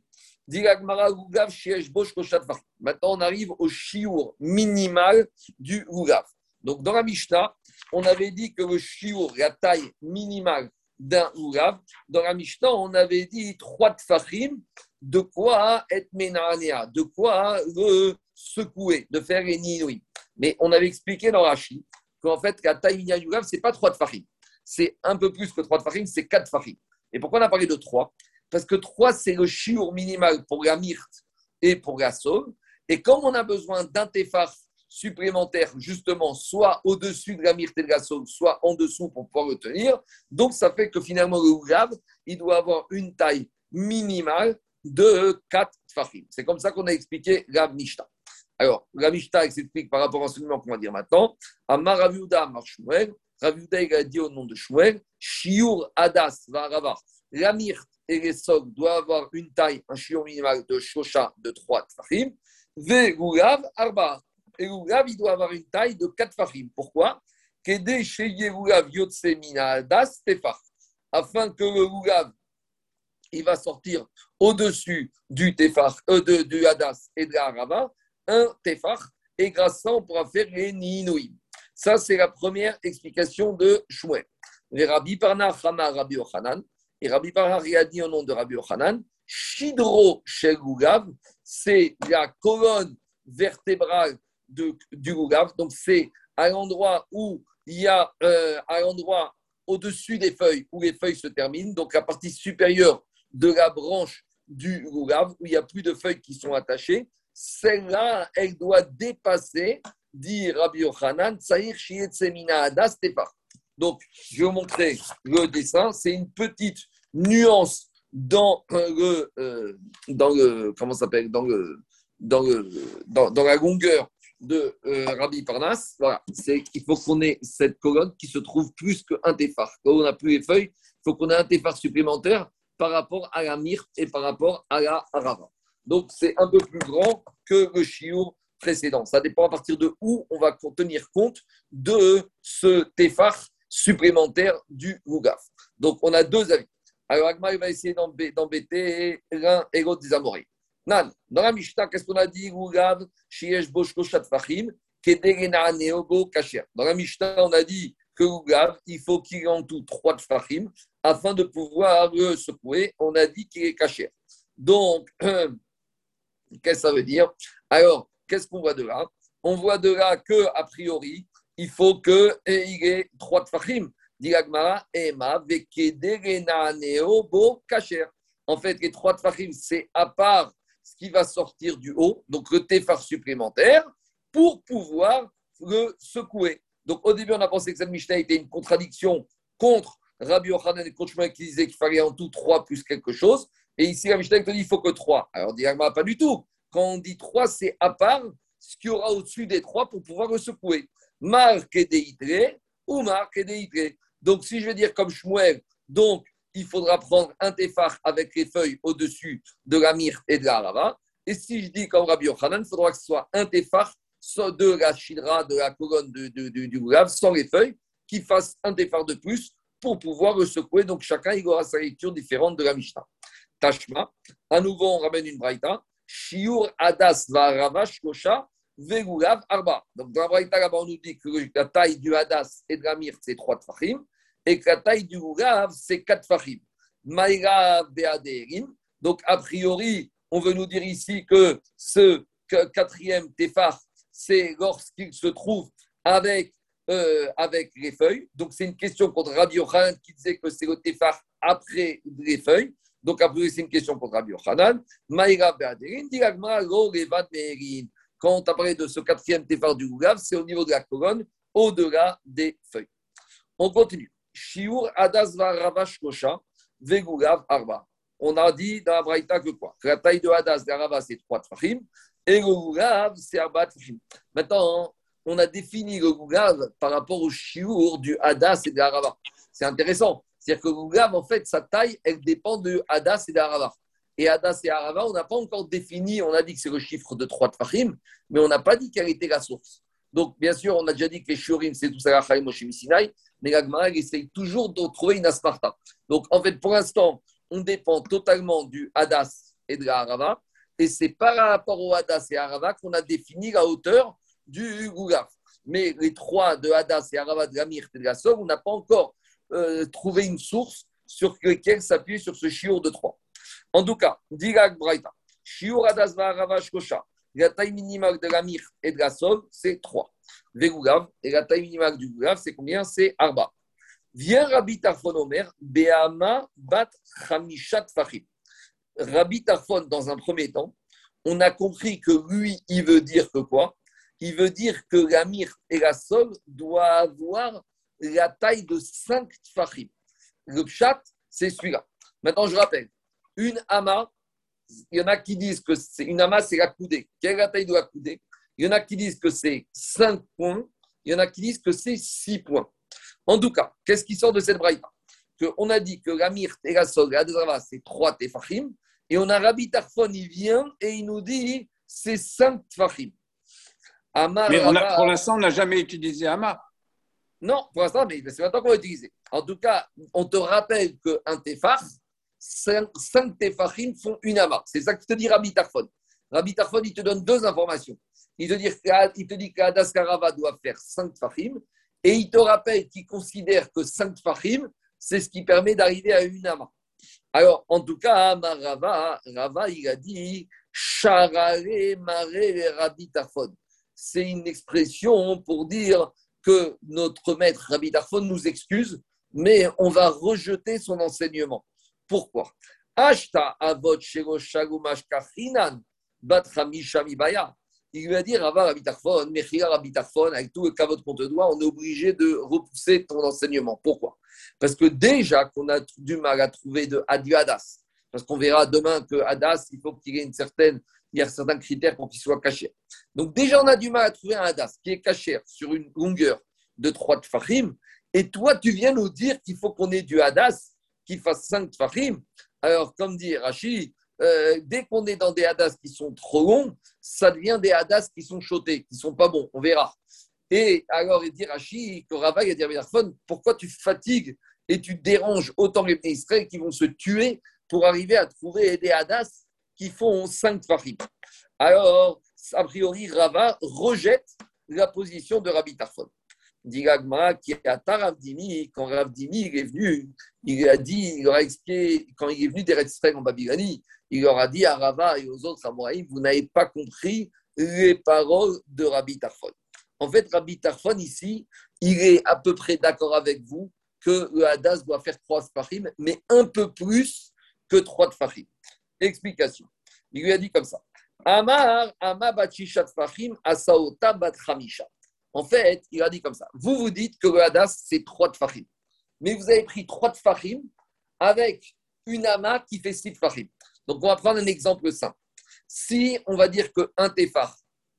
Speaker 1: Maintenant, on arrive au chiour minimal du Rougaf. Donc, dans la Mishnah, on avait dit que le chiour, la taille minimale d'un Rougaf, dans la Mishnah, on avait dit 3 tfachim, de quoi être ménanea, de quoi le secouer, de faire les ninouïs. Mais on avait expliqué dans Rashi qu'en fait, la taille minimale du Rougaf, ce n'est pas 3 tfachim. C'est un peu plus que 3 tfachim, c'est 4 tfachim. Et pourquoi on a parlé de 3? parce que 3, c'est le chiour minimal pour la myrte et pour la sauve. Et comme on a besoin d'un tefar supplémentaire, justement, soit au-dessus de la myrte et de la sauve, soit en dessous pour pouvoir le tenir, donc ça fait que finalement, le oulav, il doit avoir une taille minimale de 4 tfachim. C'est comme ça qu'on a expliqué la Mishnah. Alors, la Mishnah s'explique par rapport à l'enseignement qu'on va dire maintenant. Amar Rav Yehuda Amar Shmuel. Rav Yehuda, il a dit au nom de Shmuel, Shiur Adas Va'arava. La myrte et les sogs doivent avoir une taille, un shiur minimal de shosha de 3 tfachim. Ve Lulav Arba. Et Lulav, il doit avoir une taille de 4 tfachim. Pourquoi? Kede Sheye Lulav Yotse Mina Adas Tefach. Afin que le Lulav, il va sortir au-dessus du tefach, du hadas et de la harava, un tefach, et grâce à ça, on pourra faire les niinoïm. Ça, c'est la première explication de Shmuel. Les Rabbi Parna Chama Rabbi Yochanan, et Rabbi Parna a dit au nom de Rabbi Yochanan, Shidro Shel Lulav, c'est la colonne vertébrale du Lulav, donc c'est à l'endroit où il y a, à l'endroit au-dessus des feuilles, où les feuilles se terminent, donc la partie supérieure de la branche du Lulav, où il n'y a plus de feuilles qui sont attachées, celle-là, elle doit dépasser, dit Rabbi Yochanan, Tsaïr Shiet Semina Adas Tefach. Donc, je vais vous montrer le dessin. C'est une petite nuance dans la longueur de Rabbi Parnas. Voilà, c'est qu'il faut qu'on ait cette colonne qui se trouve plus qu'un tefar. Quand on n'a plus les feuilles, il faut qu'on ait un tefar supplémentaire par rapport à la myrte et par rapport à la harava. Donc, c'est un peu plus grand que le chiour précédent. Ça dépend à partir de où on va tenir compte de ce tefar supplémentaire du Lulav. Donc, on a deux avis. Alors, Agma va essayer d'embêter l'un et l'autre des Amoréens. Nan, dans la Mishnah, qu'est-ce qu'on a dit? Lulav, Shiesh Boshko Shatfachim, Kederena Neobo Kacher. Dans la Mishnah, on a dit que Lulav, il faut qu'il ait en tout 3 tfachim afin de pouvoir le secouer. On a dit qu'il est caché. Donc, qu'est-ce que ça veut dire? Alors, qu'est-ce qu'on voit de là? On voit de là qu'a priori, il faut qu'il ait 3 tfachim. Dit l'Agmara, Ema, Vekederena Neobo Kacher. En fait, les 3 tfachim, c'est à part ce qui va sortir du haut, donc le tefar supplémentaire, pour pouvoir le secouer. Donc, au début, on a pensé que cette Mishnah était une contradiction contre Rabbi Yochanan et Kochman qui disaient qu'il fallait en tout 3 plus quelque chose. Et ici, la Mishnah te dit qu'il faut que 3. Alors, directement, pas du tout. Quand on dit 3, c'est à part ce qu'il y aura au-dessus des 3 pour pouvoir le secouer. Marque et deitre ou marque et deitre. Donc, si je vais dire comme Shmuel, donc, il faudra prendre un tefar avec les feuilles au-dessus de la myrte et de la harava. Et si je dis comme Rabbi Yochanan, il faudra que ce soit un tefar de la shidra, de la colonne du Lulav, sans les feuilles, qui fasse un tefar de plus pour pouvoir le secouer. Donc, chacun il aura sa lecture différente de la Mishnah. Tashma, à nouveau, on ramène une braïta. Shiur Hadas Va'arava Shkosha Ve'Lulav Arba. Donc, dans la braïta, là-bas, on nous dit que la taille du Hadas et de la myrte, c'est 3 tfachim, et que la taille du Lulav, c'est 4 tfachim. Maïra Be'aderim. Donc, a priori, on veut nous dire ici que ce 4e tefar, c'est lorsqu'il se trouve avec les feuilles. Donc, c'est une question contre Rabbi Yochanan qui disait que c'est le tefar après les feuilles. Donc, après, c'est une question contre Rabbi Yochanan. Maïra Be'aderin, dit l'Agma, lo levad me'erin. Quand on t'a parlé de ce 4e tefar du Lulav, c'est au niveau de la colonne, au-delà des feuilles. On continue. Shiur Hadas Va'arava Shkosha Ve'Lulav Arba. On a dit dans la Braïta que quoi? Que la taille de Hadas et d'Arava, c'est 3 tfachim. Et le Lulav, c'est Arba tfachim. Maintenant, on a défini le Lulav par rapport au shiur du Hadas et de l'Arava. C'est intéressant. C'est-à-dire que le Lulav, en fait, sa taille, elle dépend de Hadas et d'Arava. Et Hadas et Arava, on n'a pas encore défini, on a dit que c'est le chiffre de 3 tfachim, mais on n'a pas dit quelle était la source. Donc, bien sûr, on a déjà dit que les shiurim, c'est tout ça, la Chaim Moshim Sinai, mais la Gemara, elle essaye toujours de trouver une asparta. Donc, en fait, pour l'instant, on dépend totalement du Hadas et de la Arava, et c'est par rapport au Hadas et Arava qu'on a défini la hauteur du Lulav. Mais les 3 de Hadas et Arava, de la myrte et de la sauve, on n'a pas encore trouvé une source sur laquelle s'appuyer sur ce shiur de 3. En tout cas, dit la Braïta, shiur Hadas Va'arava Shkosha, la taille minimale de la myrte et de la sauve, c'est 3. Ve'Lulav, et la taille minimale du Lulav, c'est combien? C'est Arba. Vient Rabbi Tarfon Omer, Be'ama bat Chamishat Fachim. Rabbi Tarfon, dans un premier temps, on a compris que lui, il veut dire que quoi? Il veut dire que la myrte et la sol doivent avoir la taille de 5 tfachim. Le pshat, c'est celui-là. Maintenant, je rappelle, une ama, il y en a qui disent que c'est une ama, c'est la coudée. Quelle est la taille de la coudée? Il y en a qui disent que c'est 5 points, il y en a qui disent que c'est 6 points. En tout cas, qu'est-ce qui sort de cette braïta? On a dit que la myrte et la sol, la dezrava, c'est 3 tefachim, et on a Rabbi Tarfon, il vient et il nous dit c'est 5 tefachim.
Speaker 2: Mais pour l'instant, on n'a jamais utilisé ama.
Speaker 1: Non, pour l'instant, mais c'est maintenant qu'on va utiliser. En tout cas, on te rappelle qu'un tefach, 5 tefachim font une ama. C'est ça que te dit Rabbi Tarfon. Rabbi Tarfon, il te donne 2 informations. Il te dit que Hadas Karava doit faire 5 tefachim, et il te rappelle qu'il considère que 5 tefachim, c'est ce qui permet d'arriver à une ama. Alors, en tout cas, Rava, il a dit Charare Mare Rabbi Tarfon. C'est une expression pour dire que notre maître Rabbi Tarfon nous excuse, mais on va rejeter son enseignement. Pourquoi? Ashta avot shelo shalumash kachinan bat chamisha mibaya. Il lui a dit Rabbi Tarfon, Mechila Rabbi Tarfon, avec tout le kavod qu'on te doit, on est obligé de repousser ton enseignement. Pourquoi? Parce que déjà qu'on a du mal à trouver du Hadas, parce qu'on verra demain que Hadas, il faut qu'il ait il y a certains critères pour qu'il soit caché. Donc déjà, on a du mal à trouver un Hadas qui est caché sur une longueur de 3 tfachim, et toi, tu viens nous dire qu'il faut qu'on ait du Hadas qui fasse 5 tfachim. Alors, comme dit Rashi, dès qu'on est dans des hadas qui sont trop longs, ça devient des hadas qui sont chotés, qui ne sont pas bons. On verra. Et alors, il dit Rashi, que Rava, il a dit à Bédarphone, pourquoi tu fatigues et tu déranges autant les Israël qui vont se tuer pour arriver à trouver des hadas qui font 5 tfachim. Alors, a priori, Rava rejette la position de Rabbi Tarfon. Dit Gagma, qui est à Taravdimi, quand Ravdimi il est venu, il a dit, il leur a expliqué, quand il est venu d'Eretz Israël en Babylonie, il leur a dit à Rava et aux autres Amoraïm, vous n'avez pas compris les paroles de Rabbi Tarfon. En fait, Rabbi Tarfon, ici, il est à peu près d'accord avec vous que le Hadas doit faire 3 tfachim, mais un peu plus que 3 tfachim. Explication. Il lui a dit comme ça. Amar, bat-shisha tfachim, asaota bat-chamisha. En fait, il a dit comme ça. Vous dites que le Hadas, c'est 3 tfachim. Mais vous avez pris 3 tfachim avec une ama qui fait 6 tfachim. Donc, on va prendre un exemple simple. Si on va dire qu'un tefach,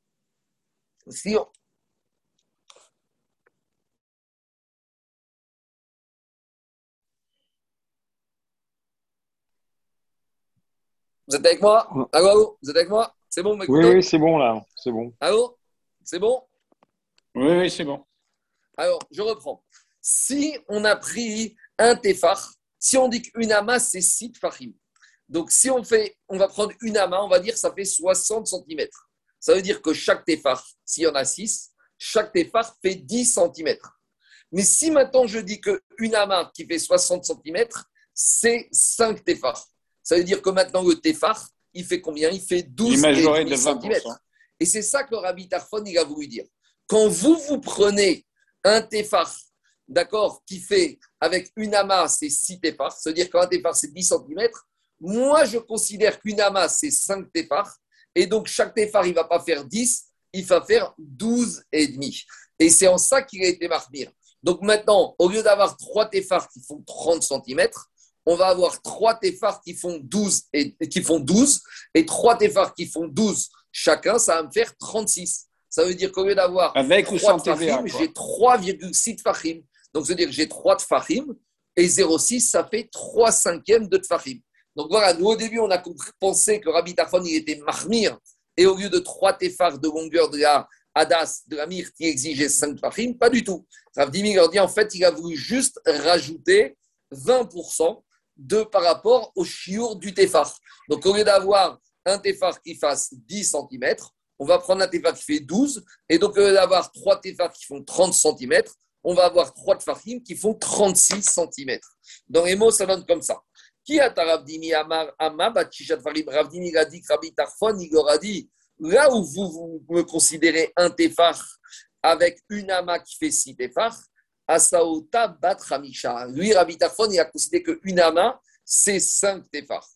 Speaker 1: si on... Vous êtes avec moi? Allô? Vous êtes avec moi? C'est bon,
Speaker 3: oui, c'est bon là. C'est bon.
Speaker 1: Allô? C'est bon?
Speaker 2: Oui, c'est bon.
Speaker 1: Alors, je reprends. Si on a pris un tefach, si on dit qu'une ama, c'est 6 tfachim. Donc, si on va prendre une ama, on va dire que ça fait 60 cm. Ça veut dire que chaque tefach, s'il y en a 6, chaque tefach fait 10 cm. Mais si maintenant je dis qu'une ama qui fait 60 cm, c'est 5 tefach. Ça veut dire que maintenant le tefach, il fait combien? Il fait 12 cm. Et c'est ça que Rabbi Tarfon il a voulu dire. Quand vous prenez un tefach, d'accord, qui fait avec une ama, c'est 6 tefach, ça veut dire qu'un tefach, c'est 10 cm. Moi, je considère qu'une ama, c'est 5 tefach. Et donc, chaque tefach, il ne va pas faire 10, il va faire 12,5. Et c'est en ça qu'il a été marmire. Donc maintenant, au lieu d'avoir 3 tefach qui font 30 cm, on va avoir 3 tefach qui font 12 et 3 tefach qui font 12 chacun, ça va me faire 36. Ça veut dire qu'au lieu d'avoir
Speaker 2: avec 3 tefachim,
Speaker 1: j'ai 3,6 tefachim. Donc, ça veut dire que j'ai 3 tefachim et 0,6, ça fait 3/5 de tefachim. Donc voilà, nous au début, on a pensé que Rabbi Tarfon, il était marmire et au lieu de 3 tefach de longueur de la hadas, de la myrte qui exigeait 5 tefachim, pas du tout. Rav Dimi leur dit en fait, il a voulu juste rajouter 20% par rapport au chiour du tefach. Donc, au lieu d'avoir un tefach qui fasse 10 cm, on va prendre un tefach qui fait 12. Et donc, au lieu d'avoir 3 tefach qui font 30 cm, on va avoir 3 tefachim qui font 36 cm. Dans les mots, ça donne comme ça. Qui a Ravdimi Amar Amma Batchishat Farim? Ravdimi il a dit que Rabbi Tarfon, il leur a dit là où vous me considérez un tefach avec une ama qui fait 6 tefach, Asaota Bat Hamisha. Lui, Rabbi Tarfon, il a considéré qu'une ama, c'est 5 tefach.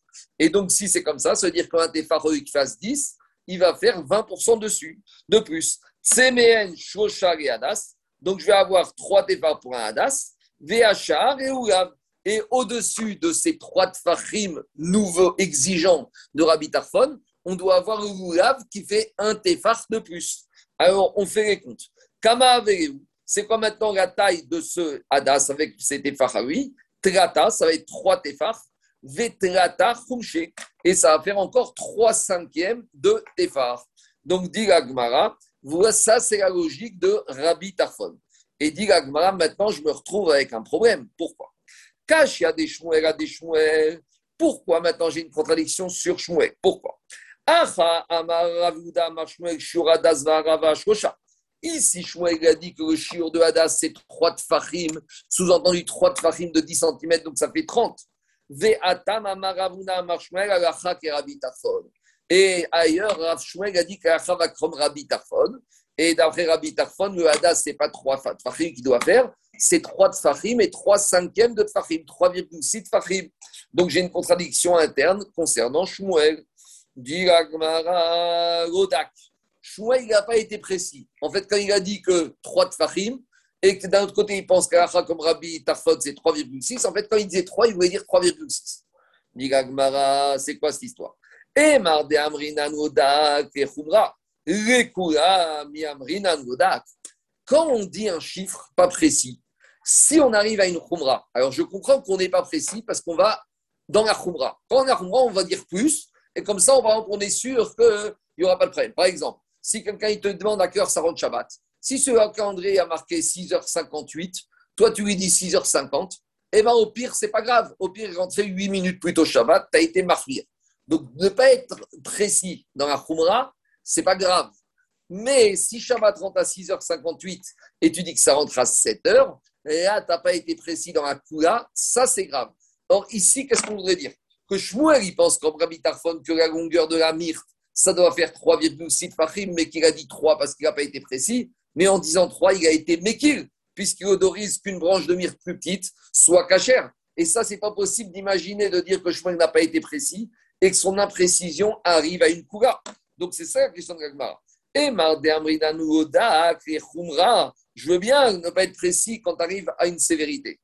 Speaker 1: Et donc, si c'est comme ça veut dire qu'un tefar qui fasse 10, il va faire 20% dessus, de plus. Tsemeen, Shoshar et Hadas. Donc, je vais avoir 3 tefars pour un Hadas, Veachar et Oulav. Et au-dessus de ces 3 tefachim nouveaux, exigeants de Rabbi Tarfon, on doit avoir le Oulav qui fait un tefar de plus. Alors, on fait les comptes. Kama Avereu, c'est quoi maintenant la taille de ce Hadas avec ses tefars à lui? Trata, ça va être 3 tefars. Vetrata Khumché. Et ça va faire encore 3/5 de tefar. Donc, dit la Gemara, voilà, ça c'est la logique de Rabbi Tarfon. Et dit la Gemara, maintenant je me retrouve avec un problème. Pourquoi? Kash, il y a des Shmuel, à des Shmuel. Pourquoi maintenant j'ai une contradiction sur Shmuel? Pourquoi? Acha Amar Ravuda Amar Shmuel Shur Hadas Va'arava Shosha. Ici, Shmuel a dit que le shiur de Hadas, c'est 3 tfachim, sous-entendu 3 tfachim de 10 cm, donc ça fait 30. Ve'atam Amar Ravuna Amar Shmuel Alacha ke Rabbi Tarfon. Et ailleurs, Rav Shmuel a dit qu'Alacha va comme Rabbi Tarfon. Et d'après Rabbi Tarfon, le Hadas, ce n'est pas 3 tfachim qu'il doit faire, c'est 3 tfachim et 3/5 de tfachim, 3,6 tfachim. Donc j'ai une contradiction interne concernant Shmuel. Dit la Gemara, Rodak. Shmuel, il n'a pas été précis. En fait, quand il a dit que 3 tfachim, et que d'un autre côté, il pense qu'Alacha comme Rabbi Tarfon, c'est 3,6, en fait, quand il disait 3, il voulait dire 3,6. Dit la Gemara, c'est quoi cette histoire? Et marde amrinan Rodak et Khumra. Quand on dit un chiffre pas précis, si on arrive à une khumra, alors je comprends qu'on n'est pas précis parce qu'on va dans la khumra. Quand on a khumra, on va dire plus, et comme ça, on est sûr qu'il n'y aura pas de problème. Par exemple, si quelqu'un il te demande à quelle heure ça rentre Shabbat, si ce calendrier a marqué 6h58, toi tu lui dis 6h50, eh bien au pire, c'est pas grave. Au pire, il rentrait 8 minutes plus tôt Shabbat, tu as été marqué. Donc, ne pas être précis dans la khumra, c'est pas grave. Mais si Shabbat rentre à 6h58 et tu dis que ça rentre à 7h, et là, tu n'as pas été précis dans la Kula, ça c'est grave. Or, ici, qu'est-ce qu'on voudrait dire? Que Shmuel, il pense comme Rabbi Tarfon que la longueur de la myrte, ça doit faire 3,6 fachim, mais qu'il a dit 3 parce qu'il n'a pas été précis. Mais en disant 3, il a été mekil, puisqu'il autorise qu'une branche de myrte plus petite soit cachère. Et ça, ce n'est pas possible d'imaginer de dire que Shmuel n'a pas été précis et que son imprécision arrive à une Kula. Donc, c'est ça la question de Gagmara. Et je veux bien ne pas être précis quand tu arrives à une sévérité.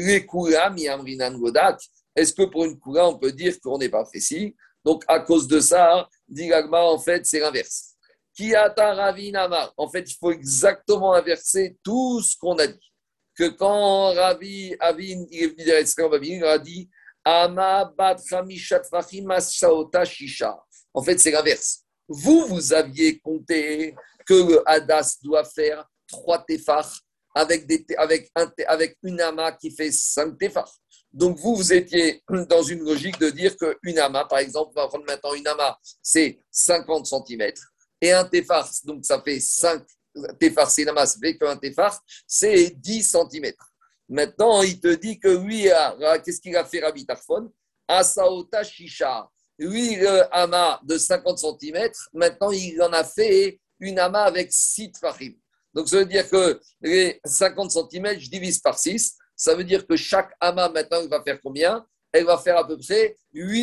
Speaker 1: Est-ce que pour une Kula, on peut dire qu'on n'est pas précis? Donc, à cause de ça, dit Gagmara, en fait, c'est l'inverse. En fait, il faut exactement inverser tout ce qu'on a dit. Que quand Ravi Avin, il est venu d'Eretz, il a dit Ama bat Khamishat Fachim Saota Shisha. En fait, c'est l'inverse. Vous aviez compté que le Hadas doit faire 3 tefars avec une ama qui fait 5 tefars. Donc, vous étiez dans une logique de dire qu'une ama, par exemple, on va prendre maintenant une ama, c'est 50 cm. Et un tefar, donc ça fait 5 tefars, c'est une ama, ça fait qu'un tefar, c'est 10 cm. Maintenant, il te dit que lui, qu'est-ce qu'il a fait Rabbi Tarfon? Asaota Shisha. Lui, le hama de 50 cm, maintenant, il en a fait une hama avec 6 tfachim. Donc, ça veut dire que les 50 cm, je divise par 6. Ça veut dire que chaque hama, maintenant, elle va faire combien? Elle va faire à peu près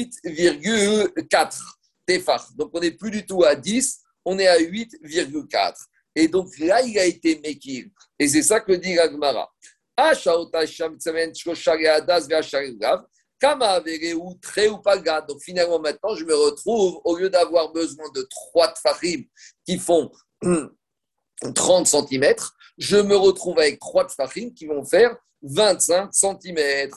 Speaker 1: 8,4 tefach. Donc, on n'est plus du tout à 10, on est à 8,4. Et donc, là, il a été mekir. Et c'est ça que dit la Gemara. Donc finalement maintenant je me retrouve au lieu d'avoir besoin de 3 tfachim qui font 30 cm, je me retrouve avec 3 tfachim qui vont faire 25 cm.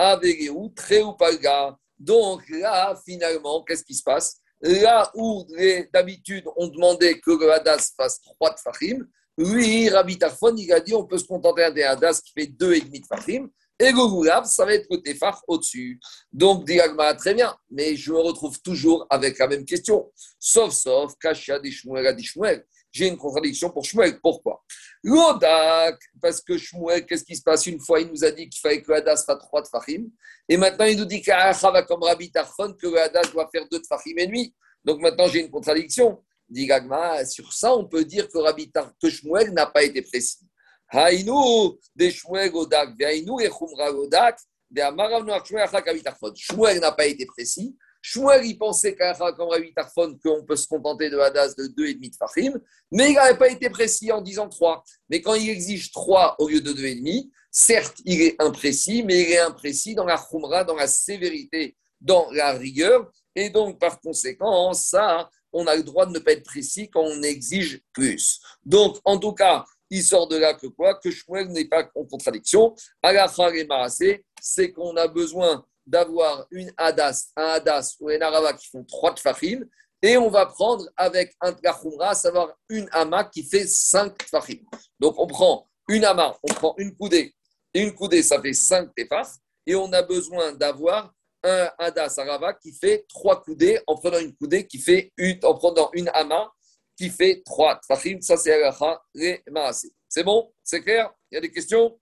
Speaker 1: Donc là finalement qu'est-ce qui se passe? Là où d'habitude on demandait que le hadas fasse 3 tfachim, lui Rabbi Tarfon il a dit on peut se contenter d'un hadas qui fait 2,5 tfachim. Et le goulav, ça va être le tefar au-dessus. Donc, dit Agma, très bien, mais je me retrouve toujours avec la même question. Sauf, Kashia des Shmuel à des Shmuel. J'ai une contradiction pour Shmuel. Pourquoi? L'Odak, parce que Shmuel, qu'est-ce qui se passe? Une fois, il nous a dit qu'il fallait que le Hadas fasse 3 tfachim. Et maintenant, il nous dit qu'Alacha va comme Rabbi Tarfon, que le Hadas doit faire 2 tfachim et demi. Donc, maintenant, j'ai une contradiction. Dit Agma, sur ça, on peut dire que Shmuel n'a pas été précis. Haïnou des Shmuel Godak, Haïnou et Khumra Godak, des Amarav Noach Shmuel Achak Rabbi Tarfon. Shmuel n'a pas été précis. Shmuel, il pensait qu'à comme Rabbi Tarfon, qu'on peut se contenter de Hadas de 2,5 Tfachim, mais il n'avait pas été précis en disant 3. Mais quand il exige 3 au lieu de 2,5, certes, il est imprécis, mais il est imprécis dans la Khumra, dans la sévérité, dans la rigueur. Et donc, par conséquent, ça, on a le droit de ne pas être précis quand on exige plus. Donc, en tout cas, il sort de là que quoi? Que Shmuel n'est pas en contradiction. Alachar et Marasé, c'est qu'on a besoin d'avoir un hadas ou un arava qui font 3 tfachim, et on va prendre avec un tlachumra, à savoir une hama qui fait 5 tfachim. Donc, on prend une hama, on prend une coudée, et une coudée, ça fait 5 tefach, et on a besoin d'avoir un hadas arava qui fait 3 coudées en prenant une coudée en prenant une hama qui fait 3 tfachim. Ça, c'est alacha et maasé. C'est bon? C'est clair? Il y a des questions?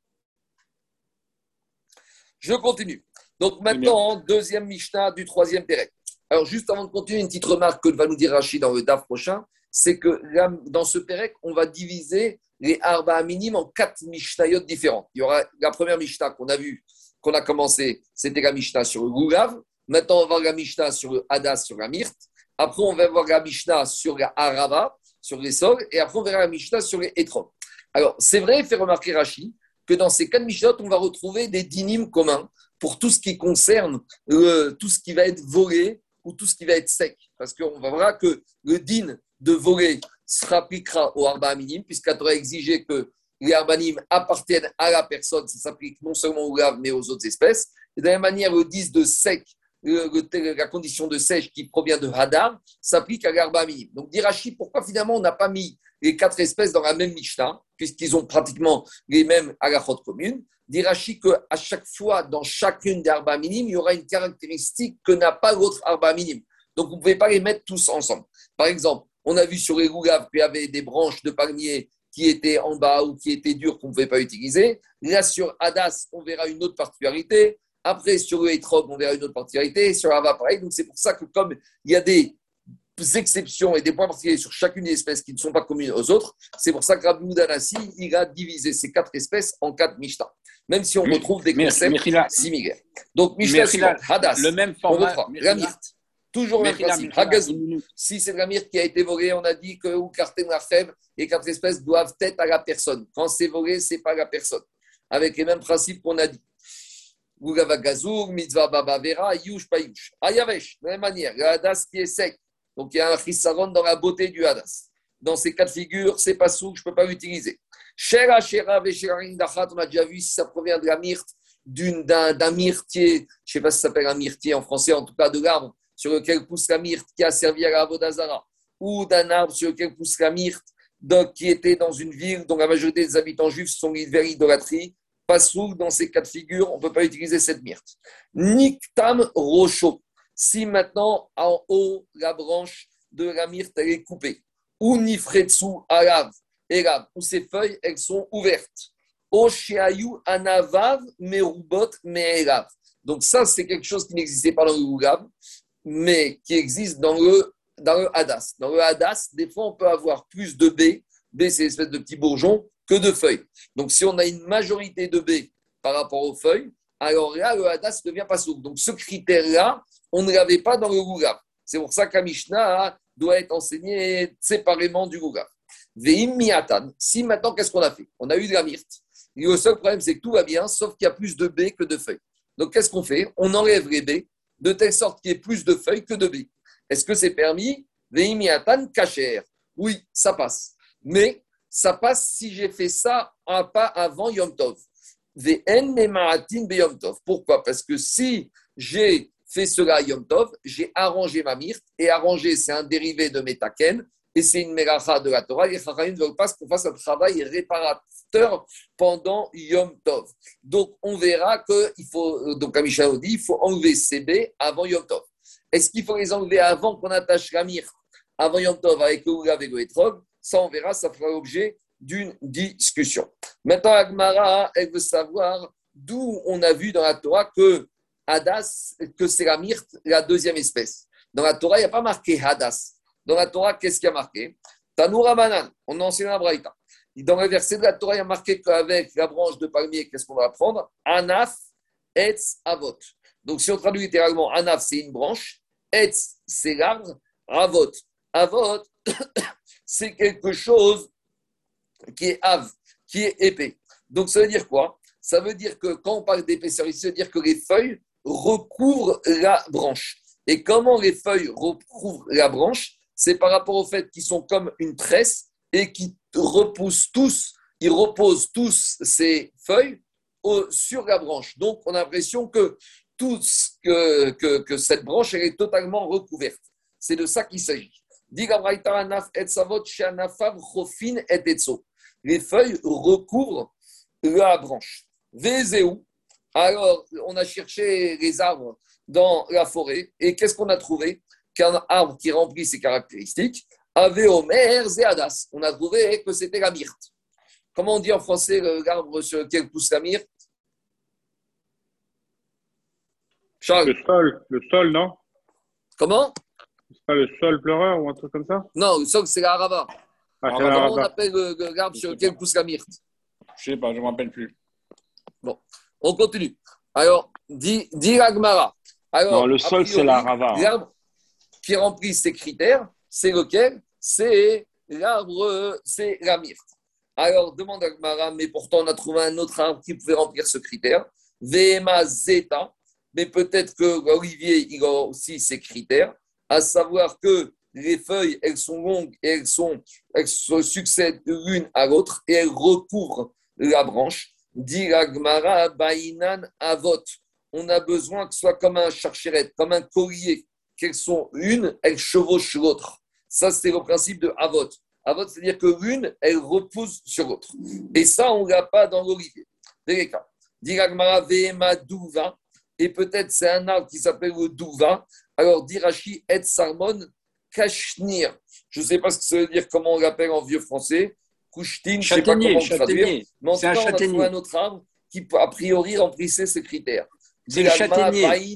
Speaker 1: Je continue. Donc maintenant, deuxième Mishnah du troisième Pérec. Alors juste avant de continuer, une petite remarque que va nous dire Rachid dans le DAF prochain, c'est que là, dans ce Pérec, on va diviser les Arba Aminim en 4 Mishnayot différentes. Il y aura la première Mishnah qu'on a vue, qu'on a commencé, c'était la Mishnah sur le Goulav. Maintenant, on va voir la Mishnah sur le Hadas, sur la Myrte. Après, on va voir la Mishnah sur la Arava, sur les sols. Et après, on verra la Mishnah sur les Etron. Alors, c'est vrai, fait remarquer Rachid, que dans ces 4 Mishnayot, on va retrouver des dynimes communs pour tout ce qui concerne tout ce qui va être volé ou tout ce qui va être sec. Parce qu'on va voir que le din de voler s'appliquera au Arba Aminim, puisqu'on aurait exigé que les Arbanim appartiennent à la personne. Ça s'applique non seulement au grave, mais aux autres espèces. Et de la même manière, le 10 de sec, la condition de sèche qui provient de Hadar, s'applique à l'Arba Aminim. Donc, dit Rashi, pourquoi finalement on n'a pas mis les 4 espèces dans la même Mishnah, puisqu'ils ont pratiquement les mêmes halachot communes? Dit Rashi qu'à chaque fois, dans chacune des Arba Aminim, il y aura une caractéristique que n'a pas l'autre Arba Aminim. Donc, vous ne pouvez pas les mettre tous ensemble. Par exemple, on a vu sur les Rougav qu'il y avait des branches de palmier qui étaient en bas ou qui étaient dures qu'on ne pouvait pas utiliser. Là, sur Hadas, on verra une autre particularité. Après, sur le Etrog, on verra une autre particularité. Sur Ava, pareil. Donc, c'est pour ça que comme il y a des exceptions et des points particuliers sur chacune des espèces qui ne sont pas communes aux autres, c'est pour ça que Rabbi Moudanassi, il a divisé ces 4 espèces en 4 Mishnah. Même si on retrouve des concepts similaires. Donc, Mishnah suivante, Hadas,
Speaker 2: le même
Speaker 1: on
Speaker 2: format,
Speaker 1: reprend. La Myrte, toujours le même principe. Hagazou, si c'est de la Myrte qui a été volée, on a dit que ou Karten Rachem, les 4 espèces doivent être à la personne. Quand c'est volé, ce n'est pas la personne. Avec les mêmes principes qu'on a dit. Gugava Gazour, Mitzvah Babavera, Yush Payush. Ayavesh, de la même manière, le Hadas qui est sec. Donc il y a un chisaron dans la beauté du Hadas. Dans ces 4 figures, c'est pas sourd, je ne peux pas l'utiliser. Shera, Shera, Vesherarin Dachat, on a déjà vu si ça provient de la myrte, d'un myrtier, je ne sais pas si ça s'appelle un myrtier en français, en tout cas de l'arbre sur lequel pousse la myrte qui a servi à la Avodazara, ou d'un arbre sur lequel pousse la myrte qui était dans une ville dont la majorité des habitants juifs sont vers l'idolâtrie. Pas sourd, dans ces 4 figures, on ne peut pas utiliser cette myrte. Niktam Rocho. Si maintenant, en haut, la branche de la myrte, elle est coupée. Ou Nifretsu Alav, où ces feuilles, elles sont ouvertes. Oshiayu Anavav Merubot Me'elav. Donc ça, c'est quelque chose qui n'existait pas dans le Lulav, mais qui existe dans le Hadas. Dans le Hadas, des fois, on peut avoir plus de baies. Baies, c'est une espèce de petits bourgeons, que de feuilles. Donc, si on a une majorité de baies par rapport aux feuilles, alors là, le Hadas ne devient pas sourd. Donc, ce critère-là, on ne l'avait pas dans le Lulav. C'est pour ça qu'un Mishnah doit être enseigné séparément du Lulav. Veim miatan. Si maintenant, qu'est-ce qu'on a fait? On a eu de la myrte. Et le seul problème, c'est que tout va bien, sauf qu'il y a plus de baies que de feuilles. Donc, qu'est-ce qu'on fait? On enlève les baies de telle sorte qu'il y ait plus de feuilles que de baies. Est-ce que c'est permis? Veim miatan kacher. Oui, ça passe. Mais ça passe si j'ai fait ça un pas avant Yom Tov. Ve'en nema'atin be Yom Tov. Pourquoi? Parce que si j'ai fait cela à Yom Tov, j'ai arrangé ma myrte, et arranger, c'est un dérivé de Metaken, et c'est une mélacha de la Torah. Les Chachamim ne veulent pas qu'on fasse un travail réparateur pendant Yom Tov. Donc, on verra qu'il faut, donc comme Michel dit, il faut enlever ces baies avant Yom Tov. Est-ce qu'il faut les enlever avant qu'on attache la myrte, avant Yom Tov, avec le Oulav et le Etrog? Ça, on verra, ça fera l'objet d'une discussion. Maintenant, Agmara, elle veut savoir d'où on a vu dans la Torah que Hadas, que c'est la myrte, la deuxième espèce. Dans la Torah, il n'y a pas marqué Hadas. Dans la Torah, qu'est-ce qu'il y a marqué? Tanoura Manan, on a enseigné la Braïta. Dans le verset de la Torah, il y a marqué qu'avec la branche de palmier, qu'est-ce qu'on va prendre? Anaf, Etz, Avot. Donc, si on traduit littéralement, Anaf, c'est une branche, Etz, c'est l'arbre. Avot. Avot, c'est quelque chose qui est ave, qui est épais. Donc, ça veut dire quoi? Ça veut dire que quand on parle d'épaisseur ici, ça veut dire que les feuilles recouvrent la branche. Et comment les feuilles recouvrent la branche? C'est par rapport au fait qu'ils sont comme une tresse et qui ils reposent tous ces feuilles sur la branche. Donc, on a l'impression que que cette branche elle est totalement recouverte. C'est de ça qu'il s'agit. Les feuilles recouvrent la branche. Vezeu. Alors, on a cherché les arbres dans la forêt et qu'est-ce qu'on a trouvé? Qu'un arbre qui remplit ses caractéristiques avait Omer Zéadas. On a trouvé que c'était la myrte. Comment on dit en français l'arbre sur lequel pousse la myrte? Charles.
Speaker 3: Le sol, non?
Speaker 1: Comment?
Speaker 3: C'est pas le sol pleureur ou un truc comme ça?
Speaker 1: Non, le sol, c'est la rava.
Speaker 3: Ah, c'est
Speaker 1: Comment
Speaker 3: la
Speaker 1: on
Speaker 3: rava.
Speaker 1: appelle l'arbre sur lequel pousse la myrte?
Speaker 2: Je sais pas, je ne me rappelle plus.
Speaker 1: Bon, on continue. Alors, dit l'Agmara. Alors,
Speaker 3: Non, le sol, c'est la rava.
Speaker 1: L'arbre qui remplit ces critères, c'est lequel? C'est l'arbre, c'est la myrte. Alors, demande à Agmara, mais pourtant, on a trouvé un autre arbre qui pouvait remplir ce critère. Vema zeta, mais peut-être que l'olivier, il a aussi ces critères, à savoir que les feuilles, elles sont longues et elles se succèdent l'une à l'autre et elles recouvrent la branche. Dit l'Agmara, bainan avot. On a besoin que ce soit comme un charcheret, comme un collier, qu'elles sont une, elles chevauchent l'autre. Ça, c'est le principe de avot. Avot, c'est-à-dire que l'une, elle repousse sur l'autre. Et ça, on ne l'a pas dans l'olivier. Dit l'Agmara, vema douva. Et peut-être c'est un arbre qui s'appelle le douva. Alors, Dirachi et sarmon kashnir. Je ne sais pas ce que ça veut dire, comment on l'appelle en vieux français. Kouchtine, je ne sais pas comment le traduire. Mais en tout cas, on a trouvé un autre arbre qui, a priori, remplissait ces critères.
Speaker 2: C'est le châtaignier.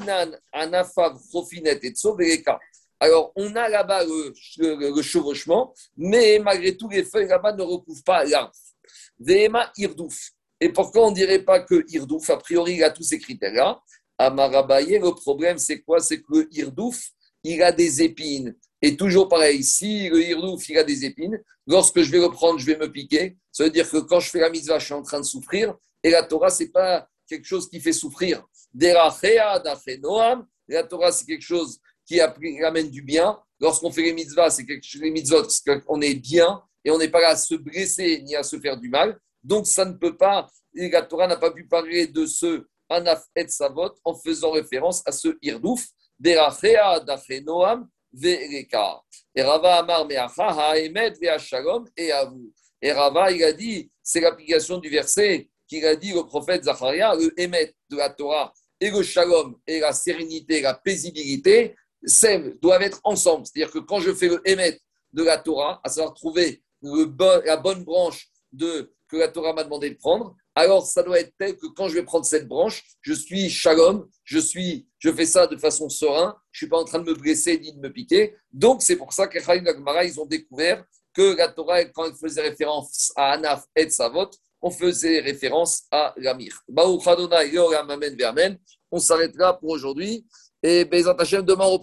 Speaker 1: Alors, on a là-bas le chevauchement, mais malgré tout, les feuilles là-bas ne recouvrent pas l'arbre. Vema irdouf. Et pourquoi on ne dirait pas que irdouf, a priori, il a tous ces critères-là? À Marabaye, le problème, c'est quoi? C'est que le irdouf, il a des épines. Et toujours pareil, si le irdouf, il a des épines, lorsque je vais le prendre, je vais me piquer. Ça veut dire que quand je fais la mitzvah, je suis en train de souffrir. Et la Torah, ce n'est pas quelque chose qui fait souffrir. Derachea, dafenoam. La Torah, c'est quelque chose qui amène du bien. Lorsqu'on fait les mitzvahs, c'est quelque chose, les mitzvot, c'est qu'on est bien et on n'est pas là à se blesser ni à se faire du mal. Donc, ça ne peut pas, et la Torah n'a pas pu parler de ce Anaf et Savot en faisant référence à ce Irdouf, Derachea, Dafenoam, Vereka. Et Rava Amar Meacha, Haemet, Veachalom, et à vous. Et Rava, il a dit, c'est l'application du verset qu'il a dit au prophète Zacharia, le Emet de la Torah et le Shalom et la sérénité, la paisibilité, doivent être ensemble. C'est-à-dire que quand je fais le Emet de la Torah, à savoir trouver la bonne branche que la Torah m'a demandé de prendre, alors ça doit être tel que quand je vais prendre cette branche, je suis shalom, je fais ça de façon sereine, je ne suis pas en train de me blesser ni de me piquer. Donc c'est pour ça que Chaim et Gemara, ils ont découvert que la Torah, quand elle faisait référence à Anaf et Savot, on faisait référence à l'Amir. On s'arrêtera pour aujourd'hui et Bezat Hashem, demain on reprend.